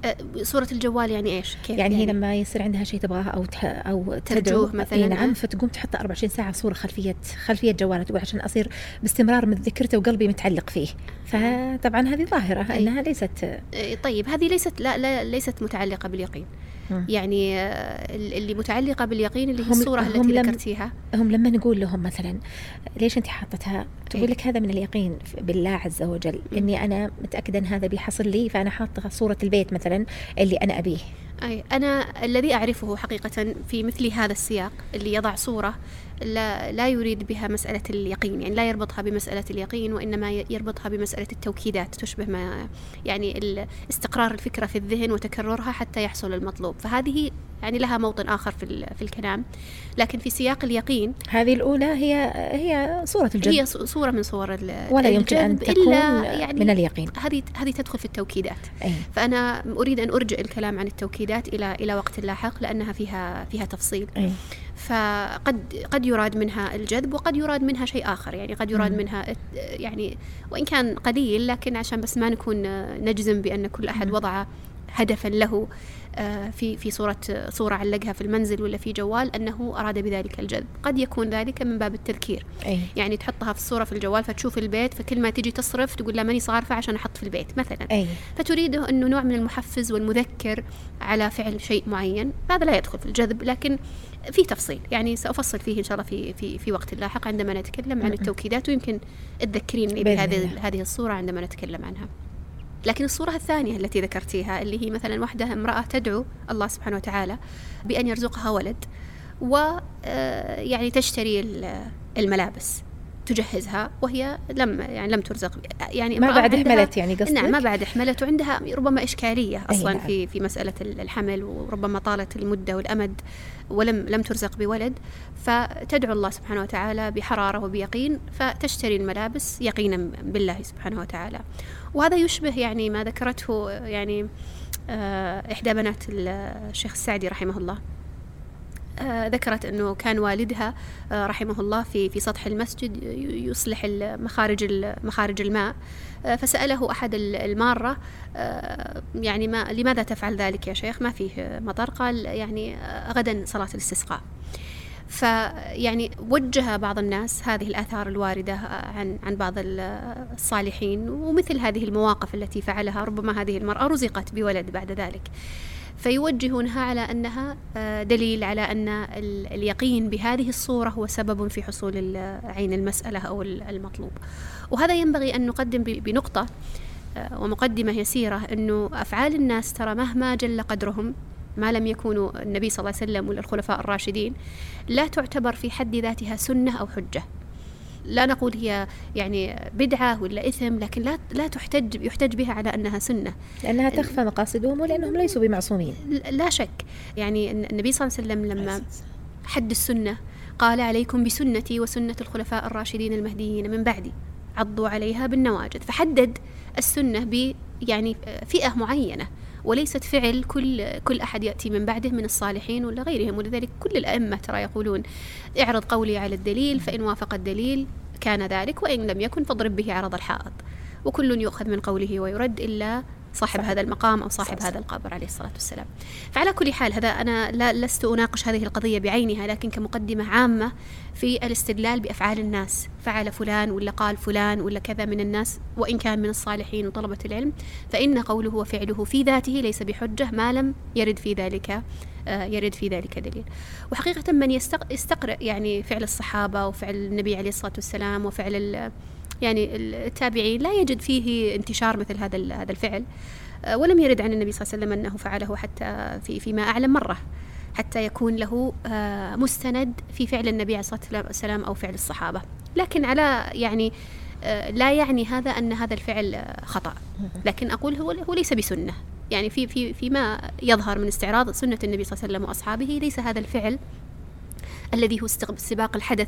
صورة الجوال يعني إيش؟ كيف يعني هي لما يصير عندها شيء تبغاه أو ترجوه مثلا، نعم، فتقوم تحط 24 ساعة صورة خلفية جوالها، تقول عشان أصير باستمرار متذكرته وقلبي متعلق فيه. فطبعا هذه ظاهرة أنها ليست. طيب هذه ليست متعلقة باليقين. يعني اللي متعلقة باليقين اللي هي الصورة التي ذكرتيها. هم لما نقول لهم مثلا ليش أنت حاطتها، تقول لك هذا من اليقين بالله عز وجل، إني أنا متأكدة أن هذا بيحصل لي، فأنا حاطة صورة البيت مثلا اللي أنا أبيه. أنا الذي أعرفه حقيقة في مثل هذا السياق اللي يضع صورة لا يريد بها مسألة اليقين، يعني لا يربطها بمسألة اليقين، وإنما يربطها بمسألة التوكيدات، تشبه ما يعني استقرار الفكرة في الذهن وتكررها حتى يحصل المطلوب. فهذه يعني لها موطن آخر في الكلام، لكن في سياق اليقين هذه الأولى هي صورة الجذب، هي صورة من صور ولا يمكن أن تكون يعني من اليقين. هذه تدخل في التوكيدات. فأنا أريد أن أرجع الكلام عن التوكيدات إلى وقت لاحق، لأنها فيها تفصيل. فقد يراد منها الجذب، وقد يراد منها شيء آخر، يعني قد يراد منها يعني وإن كان قليل، لكن عشان بس ما نكون نجزم بأن كل أحد وضع هدفا له في صورة علقها في المنزل ولا في جوال أنه أراد بذلك الجذب. قد يكون ذلك من باب التذكير. يعني تحطها في الصورة في الجوال فتشوف البيت، فكل ما تجي تصرف تقول لا ماني صارفة عشان أحط في البيت مثلا. فتريده أنه نوع من المحفز والمذكر على فعل شيء معين. هذا لا يدخل في الجذب، لكن في تفصيل يعني سأفصل فيه إن شاء الله في وقت لاحق عندما نتكلم عن التوكيدات، ويمكن تذكريني بهذه الصورة عندما نتكلم عنها. لكن الصورة الثانية التي ذكرتيها اللي هي مثلا واحدة امرأة تدعو الله سبحانه وتعالى بأن يرزقها ولد، ويعني تشتري الملابس تجهزها وهي لم ترزق، يعني ما بعد حملت، يعني قصدك؟ نعم، ما بعد حملت، وعندها ربما إشكالية أصلا في مسألة الحمل، وربما طالت المدة والأمد ولم ترزق بولد. فتدعو الله سبحانه وتعالى بحرارة وبيقين، فتشتري الملابس يقينا بالله سبحانه وتعالى. وهذا يشبه يعني ما ذكرته يعني إحدى بنات الشيخ السعدي رحمه الله. ذكرت أنه كان والدها رحمه الله في سطح المسجد يصلح مخارج الماء، فسأله أحد المارة يعني لماذا تفعل ذلك يا شيخ، ما فيه مطر؟ قال يعني غدا صلاة الاستسقاء. فيعني وجه بعض الناس هذه الآثار الواردة عن بعض الصالحين ومثل هذه المواقف التي فعلها، ربما هذه المرأة رزقت بولد بعد ذلك، فيوجهونها على أنها دليل على أن اليقين بهذه الصورة هو سبب في حصول عين المسألة أو المطلوب. وهذا ينبغي أن نقدم بنقطة ومقدمة يسيرة، أنه أفعال الناس ترى مهما جل قدرهم، ما لم يكونوا النبي صلى الله عليه وسلم ولا الخلفاء الراشدين، لا تعتبر في حد ذاتها سنة أو حجة. لا نقول هي يعني بدعة ولا إثم، لكن لا يحتج بها على أنها سنة، لأنها تخفى مقاصدهم ولأنهم ليسوا بمعصومين. لا شك. يعني النبي صلى الله عليه وسلم لما حد السنة قال عليكم بسنتي وسنة الخلفاء الراشدين المهديين من بعدي عضوا عليها بالنواجذ، فحدد السنة يعني فئة معينة، وليست فعل كل أحد يأتي من بعده من الصالحين ولا غيرهم. ولذلك كل الأئمة ترى يقولون اعرض قولي على الدليل، فإن وافق الدليل كان ذلك، وإن لم يكن فاضرب به عرض الحائط، وكل يؤخذ من قوله ويرد إلا صاحب هذا المقام أو صاحب هذا القبر عليه الصلاة والسلام. فعلى كل حال هذا أنا لست أناقش هذه القضية بعينها، لكن كمقدمة عامة في الاستدلال بأفعال الناس، فعل فلان ولا قال فلان ولا كذا من الناس وإن كان من الصالحين وطلبة العلم، فإن قوله وفعله في ذاته ليس بحجة ما لم يرد في ذلك دليل. وحقيقة من يستقرأ يعني فعل الصحابة وفعل النبي عليه الصلاة والسلام وفعل يعني التابعين لا يجد فيه انتشار مثل هذا الفعل، ولم يرد عن النبي صلى الله عليه وسلم أنه فعله حتى فيما أعلم مرة، حتى يكون له مستند في فعل النبي عليه الصلاة والسلام أو فعل الصحابة. لكن على يعني لا يعني هذا أن هذا الفعل خطأ، لكن أقول هو ليس بسنة. يعني فيما يظهر من استعراض سنة النبي صلى الله عليه وسلم وأصحابه، ليس هذا الفعل الذي هو استباق الحدث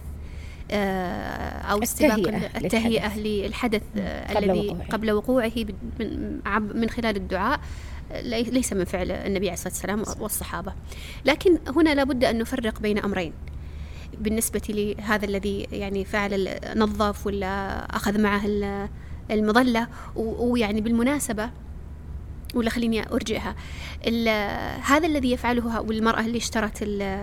أو التهيئة للحدث الذي قبل وقوعه من خلال الدعاء، ليس من فعل النبي عليه الصلاة والسلام والصحابة. لكن هنا لابد أن نفرق بين أمرين بالنسبة لهذا الذي يعني فعل نظف ولا أخذ معه المظلة. ويعني بالمناسبة ولا خليني أرجئها. هذا الذي يفعله والمرأة اللي اشترت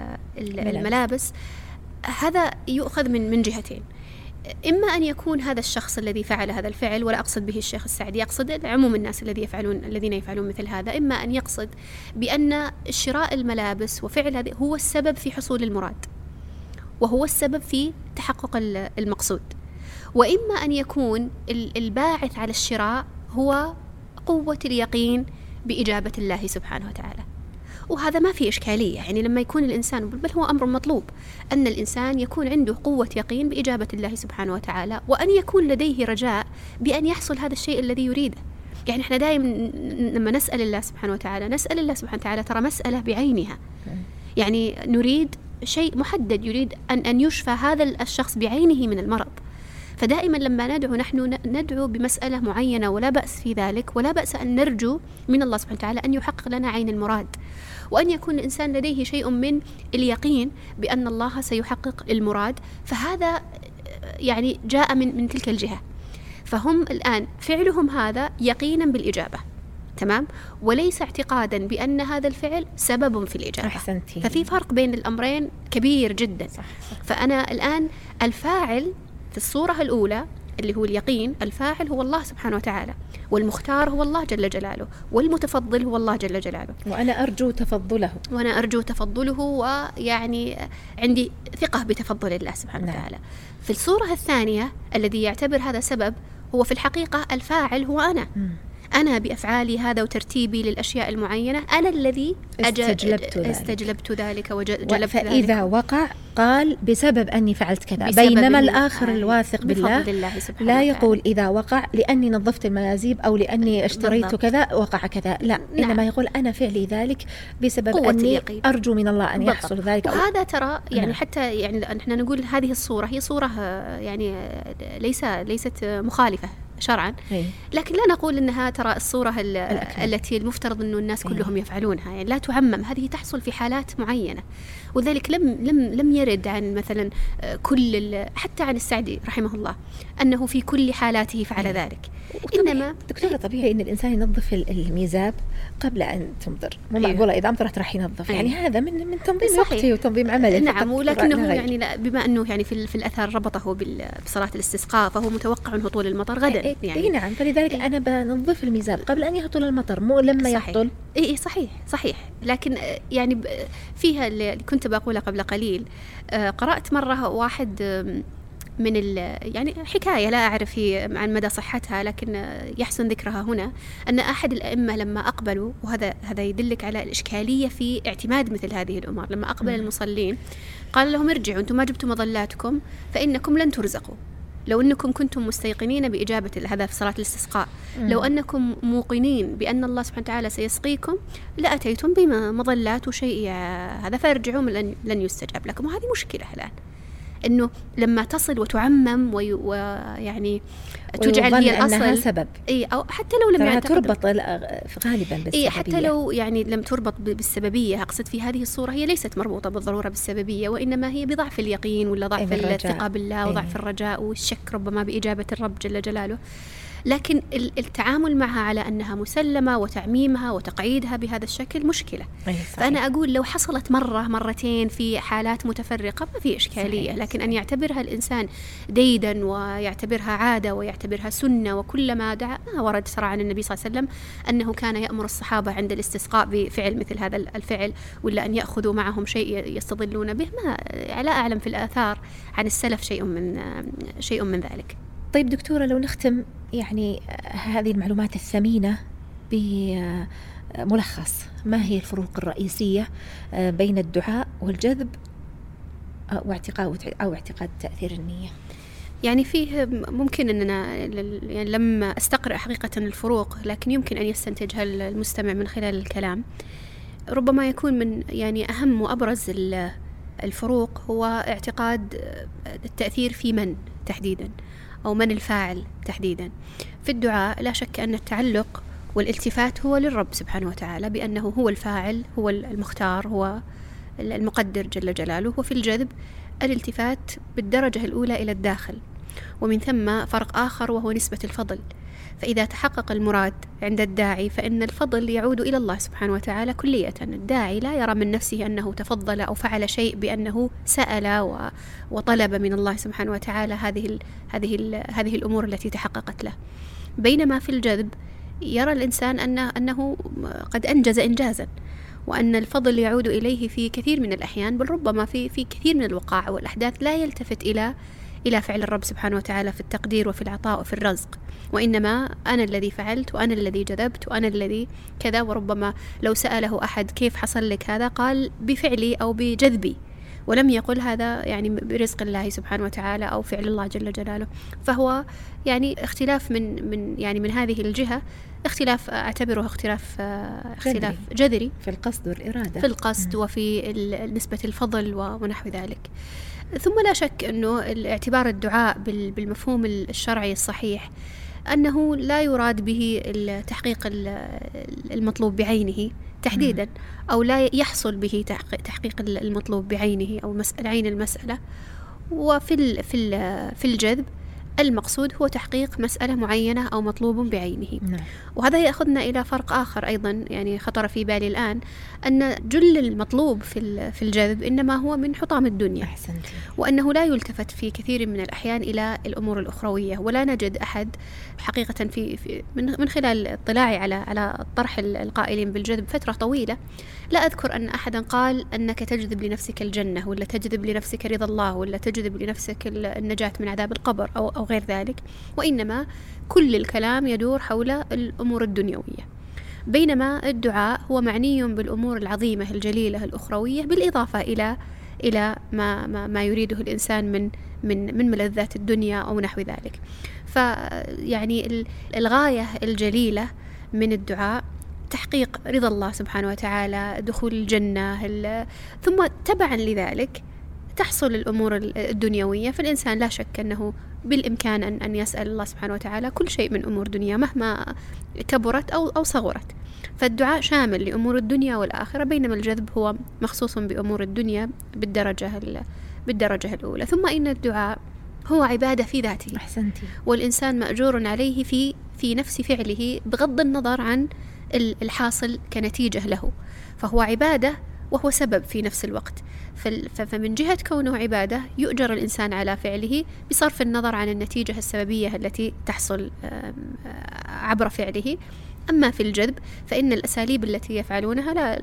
الملابس هذا يؤخذ من جهتين. إما أن يكون هذا الشخص الذي فعل هذا الفعل، ولا أقصد به الشيخ السعدي، يقصد عموم الناس الذين يفعلون مثل هذا، إما أن يقصد بأن شراء الملابس وفعل هذا هو السبب في حصول المراد وهو السبب في تحقق المقصود، وإما أن يكون الباعث على الشراء هو قوة اليقين بإجابة الله سبحانه وتعالى. وهذا ما في إشكالية، يعني لما يكون الإنسان، بل هو أمر مطلوب أن الإنسان يكون عنده قوة يقين بإجابة الله سبحانه وتعالى، وأن يكون لديه رجاء بأن يحصل هذا الشيء الذي يريده. يعني إحنا دائما لما نسأل الله سبحانه وتعالى ترى مسألة بعينها، يعني نريد شيء محدد، يريد أن يشفى هذا الشخص بعينه من المرض. فدائما لما ندعو نحن ندعو بمسألة معينة، ولا بأس في ذلك، ولا بأس أن نرجو من الله سبحانه وتعالى أن يحقق لنا عين المراد، وأن يكون الإنسان لديه شيء من اليقين بأن الله سيحقق المراد. فهذا يعني جاء من تلك الجهة. فهم الآن فعلهم هذا يقينا بالإجابة، تمام، وليس اعتقادا بأن هذا الفعل سبب في الإجابة. أحسنتي. ففي فرق بين الأمرين كبير جدا. صح. فأنا الآن الفاعل في الصورة الأولى اللي هو اليقين، الفاعل هو الله سبحانه وتعالى، والمختار هو الله جل جلاله، والمتفضل هو الله جل جلاله، وأنا أرجو تفضله، ويعني عندي ثقة بتفضل الله سبحانه وتعالى. في الصورة الثانية الذي يعتبر هذا سبب، هو في الحقيقة الفاعل هو أنا بأفعالي هذا وترتيبي للأشياء المعينة، أنا الذي استجلبت ذلك وجلبت ذلك. فإذا وقع قال بسبب أني فعلت كذا، بينما الآخر الواثق بالله لا يقول إذا وقع لأني نظفت المنازيب أو لأني اشتريت كذا وقع كذا، لا، إنما يقول أنا فعلي ذلك بسبب أني أرجو من الله أن يحصل ذلك. وهذا ترى يعني حتى يعني إحنا نقول هذه الصورة هي صورة يعني ليست مخالفة شرعا، لكن لا نقول أنها ترى الصورة التي المفترض أنه الناس كلهم يفعلونها، يعني لا تعمم، هذه تحصل في حالات معينة. وذلك لم يرد عن مثلا حتى عن السعدي رحمه الله أنه في كل حالاته فعل ذلك. إنما دكتورة طبيعي أن الإنسان ينظف الميزاب قبل أن تمطر، مو معقولة إذا أمطرت راح ينظف، يعني هذا من تنظيم وقته وتنظيم عمله. نعم، ولكنه يعني بما أنه يعني في الأثر ربطه بصلاة الاستسقاء، فهو متوقع هطول المطر غدا يعني. نعم، فلذلك أنا بنظف الميزاب قبل أن يهطل المطر، مو لما يهطل. صحيح. لكن يعني فيها اللي كنت بقوله قبل قليل، قرأت مرة واحد من يعني حكاية لا أعرف هي عن مدى صحتها، لكن يحسن ذكرها هنا، أن أحد الأئمة لما أقبلوا، وهذا يدلك على الإشكالية في اعتماد مثل هذه الأمور، لما أقبل المصلين قال لهم ارجعوا، أنتم ما جبتوا مظلاتكم فإنكم لن ترزقوا. لو أنكم كنتم مستيقنين بإجابة هذا في صلاة الاستسقاء، لو أنكم موقنين بأن الله سبحانه وتعالى سيسقيكم لأتيتم بمظلات وشيء هذا، فارجعوا لن يستجاب لكم. وهذه مشكلة الآن، إنه لما تصل وتعمم ويعني تجعل هي الأصل سبب، أو حتى لو لم تربط غالبا بالسببية، حتى لو يعني لم تربط بالسببية، أقصد في هذه الصورة هي ليست مربوطة بالضرورة بالسببية، وإنما هي بضعف اليقين ولا ضعف الثقة بالله وضعف الرجاء والشك ربما بإجابة الرب جل جلاله. لكن التعامل معها على أنها مسلمة وتعميمها وتقعيدها بهذا الشكل مشكلة. فأنا أقول لو حصلت مرة مرتين في حالات متفرقة ما في إشكالية، لكن أن يعتبرها الإنسان ديدا ويعتبرها عادة ويعتبرها سنة، وكلما دعا، ما ورد صراحة عن النبي صلى الله عليه وسلم أنه كان يأمر الصحابة عند الاستسقاء بفعل مثل هذا الفعل، ولا أن يأخذوا معهم شيء يستظلون به. ما لا أعلم في الآثار عن السلف شيء من ذلك. طيب دكتورة، لو نختم يعني هذه المعلومات الثمينة بملخص، ما هي الفروق الرئيسية بين الدعاء والجذب أو اعتقاد تأثير النية؟ يعني فيه ممكن أننا يعني لم أستقرأ حقيقة الفروق، لكن يمكن أن يستنتجها المستمع من خلال الكلام. ربما يكون من يعني أهم وأبرز الفروق هو اعتقاد التأثير في من تحديدا، أو من الفاعل تحديدا. في الدعاء لا شك أن التعلق والالتفات هو للرب سبحانه وتعالى، بأنه هو الفاعل، هو المختار، هو المقدر جل جلاله. وفي الجذب الالتفات بالدرجة الأولى إلى الداخل، ومن ثم فرق آخر وهو نسبة الفضل. فإذا تحقق المراد عند الداعي فإن الفضل يعود إلى الله سبحانه وتعالى كلية. الداعي لا يرى من نفسه أنه تفضل أو فعل شيء بأنه سأل وطلب من الله سبحانه وتعالى هذه الأمور التي تحققت له. بينما في الجذب يرى الإنسان أنه قد أنجز إنجازا، وأن الفضل يعود إليه في كثير من الأحيان، بل ربما في كثير من الوقائع والأحداث لا يلتفت إلى فعل الرب سبحانه وتعالى في التقدير وفي العطاء وفي الرزق، وإنما أنا الذي فعلت وأنا الذي جذبت وأنا الذي كذا. وربما لو سأله أحد كيف حصل لك هذا قال بفعلي أو بجذبي، ولم يقل هذا يعني برزق الله سبحانه وتعالى أو فعل الله جل جلاله. فهو يعني اختلاف من هذه الجهة، اختلاف أعتبره اختلاف جذري في القصد والإرادة، في القصد وفي نسبة الفضل ونحو ذلك. ثم لا شك أنه الاعتبار الدعاء بالمفهوم الشرعي الصحيح أنه لا يراد به تحقيق المطلوب بعينه تحديدا، أو لا يحصل به تحقيق المطلوب بعينه أو عين المسألة. وفي الجذب المقصود هو تحقيق مسألة معينة أو مطلوب بعينه. وهذا يأخذنا إلى فرق آخر أيضا يعني خطر في بالي الآن، أن جل المطلوب في الجذب إنما هو من حطام الدنيا. أحسنتي. وأنه لا يلتفت في كثير من الأحيان إلى الأمور الأخروية، ولا نجد أحد حقيقة من خلال اطلاعي على طرح القائلين بالجذب فترة طويلة لا أذكر أن أحدا قال أنك تجذب لنفسك الجنة، ولا تجذب لنفسك رضا الله، ولا تجذب لنفسك النجاة من عذاب القبر أو غير ذلك، وإنما كل الكلام يدور حول الأمور الدنيوية. بينما الدعاء هو معني بالأمور العظيمة الجليلة الأخروية، بالإضافة إلى ما يريده الإنسان من ملذات الدنيا أو نحو ذلك. فيعني الغاية الجليلة من الدعاء تحقيق رضا الله سبحانه وتعالى، دخول الجنة، ثم تبعا لذلك تحصل الأمور الدنيوية. فالإنسان لا شك أنه بالإمكان أن يسأل الله سبحانه وتعالى كل شيء من أمور دنيا مهما كبرت أو صغرت. فالدعاء شامل لأمور الدنيا والآخرة، بينما الجذب هو مخصوص بأمور الدنيا بالدرجة الأولى. ثم إن الدعاء هو عبادة في ذاته. أحسنتي. والإنسان مأجور عليه في نفس فعله بغض النظر عن الحاصل كنتيجة له، فهو عبادة وهو سبب في نفس الوقت. فمن جهة كونه عبادة يؤجر الإنسان على فعله بصرف النظر عن النتيجة السببية التي تحصل عبر فعله. أما في الجذب فإن الأساليب التي يفعلونها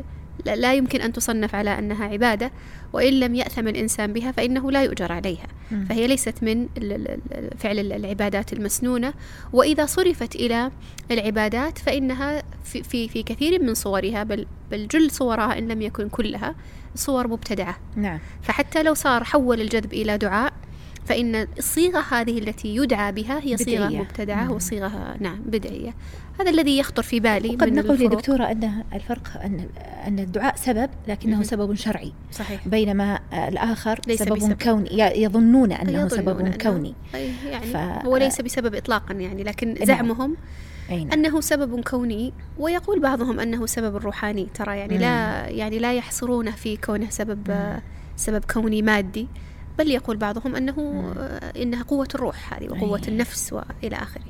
لا يمكن أن تصنف على أنها عبادة، وإن لم يأثم الإنسان بها فإنه لا يؤجر عليها. فهي ليست من فعل العبادات المسنونة. وإذا صرفت إلى العبادات فإنها في كثير من صورها، بل جل صورها إن لم يكن كلها، صور مبتدعة. نعم. فحتى لو حول الجذب إلى دعاء فإن الصيغة هذه التي يدعى بها هي صيغة مبتدعة وصيغة بدعية. هذا الذي يخطر في بالي. وقد نقول يا دكتورة أن الفرق أن الدعاء سبب لكنه سبب شرعي. صحيح. بينما الآخر سبب كوني، يظنون أنه سبب كوني. يعني هو ليس بسبب إطلاقا يعني، لكن زعمهم أنه سبب كوني، ويقول بعضهم أنه سبب روحاني. ترى يعني لا يحصرونه في كونه سبب كوني مادي، بل يقول بعضهم إنها قوة الروح هذه وقوة النفس وإلى آخره.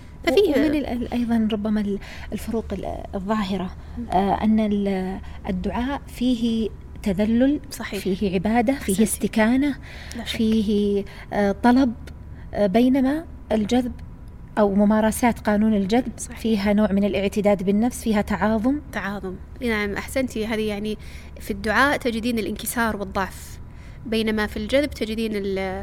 ومن أيضا ربما الفروق الظاهرة أن الدعاء فيه تذلل. صحيح. فيه عبادة، فيه استكانة، فيه طلب، بينما الجذب أو ممارسات قانون الجذب فيها نوع من الاعتداد بالنفس، فيها تعاظم. نعم أحسنتي. هذه يعني في الدعاء تجدين الانكسار والضعف، بينما في الجذب تجدين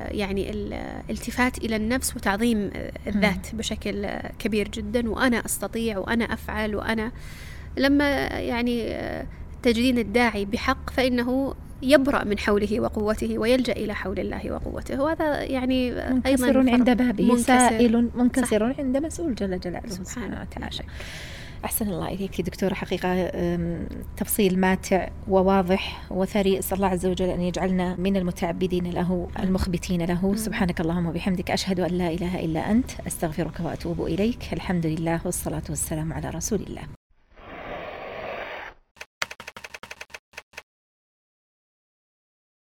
الالتفات إلى النفس وتعظيم الذات بشكل كبير جدا، وأنا أستطيع وأنا أفعل. وأنا لما يعني تجدين الداعي بحق فإنه يبرأ من حوله وقوته ويلجأ إلى حول الله وقوته، وهذا يعني منكسر عند بابه، سائل منكسر عند مسؤول جل جلاله سبحانه وتعالى. أحسن الله إليك دكتورة، حقيقة تفصيل ماتع وواضح وثري. أسأل الله عز وجل أن يجعلنا من المتعبدين له المخبتين له. سبحانك اللهم وبحمدك، أشهد أن لا إله إلا أنت، أستغفرك وأتوب إليك. الحمد لله والصلاة والسلام على رسول الله.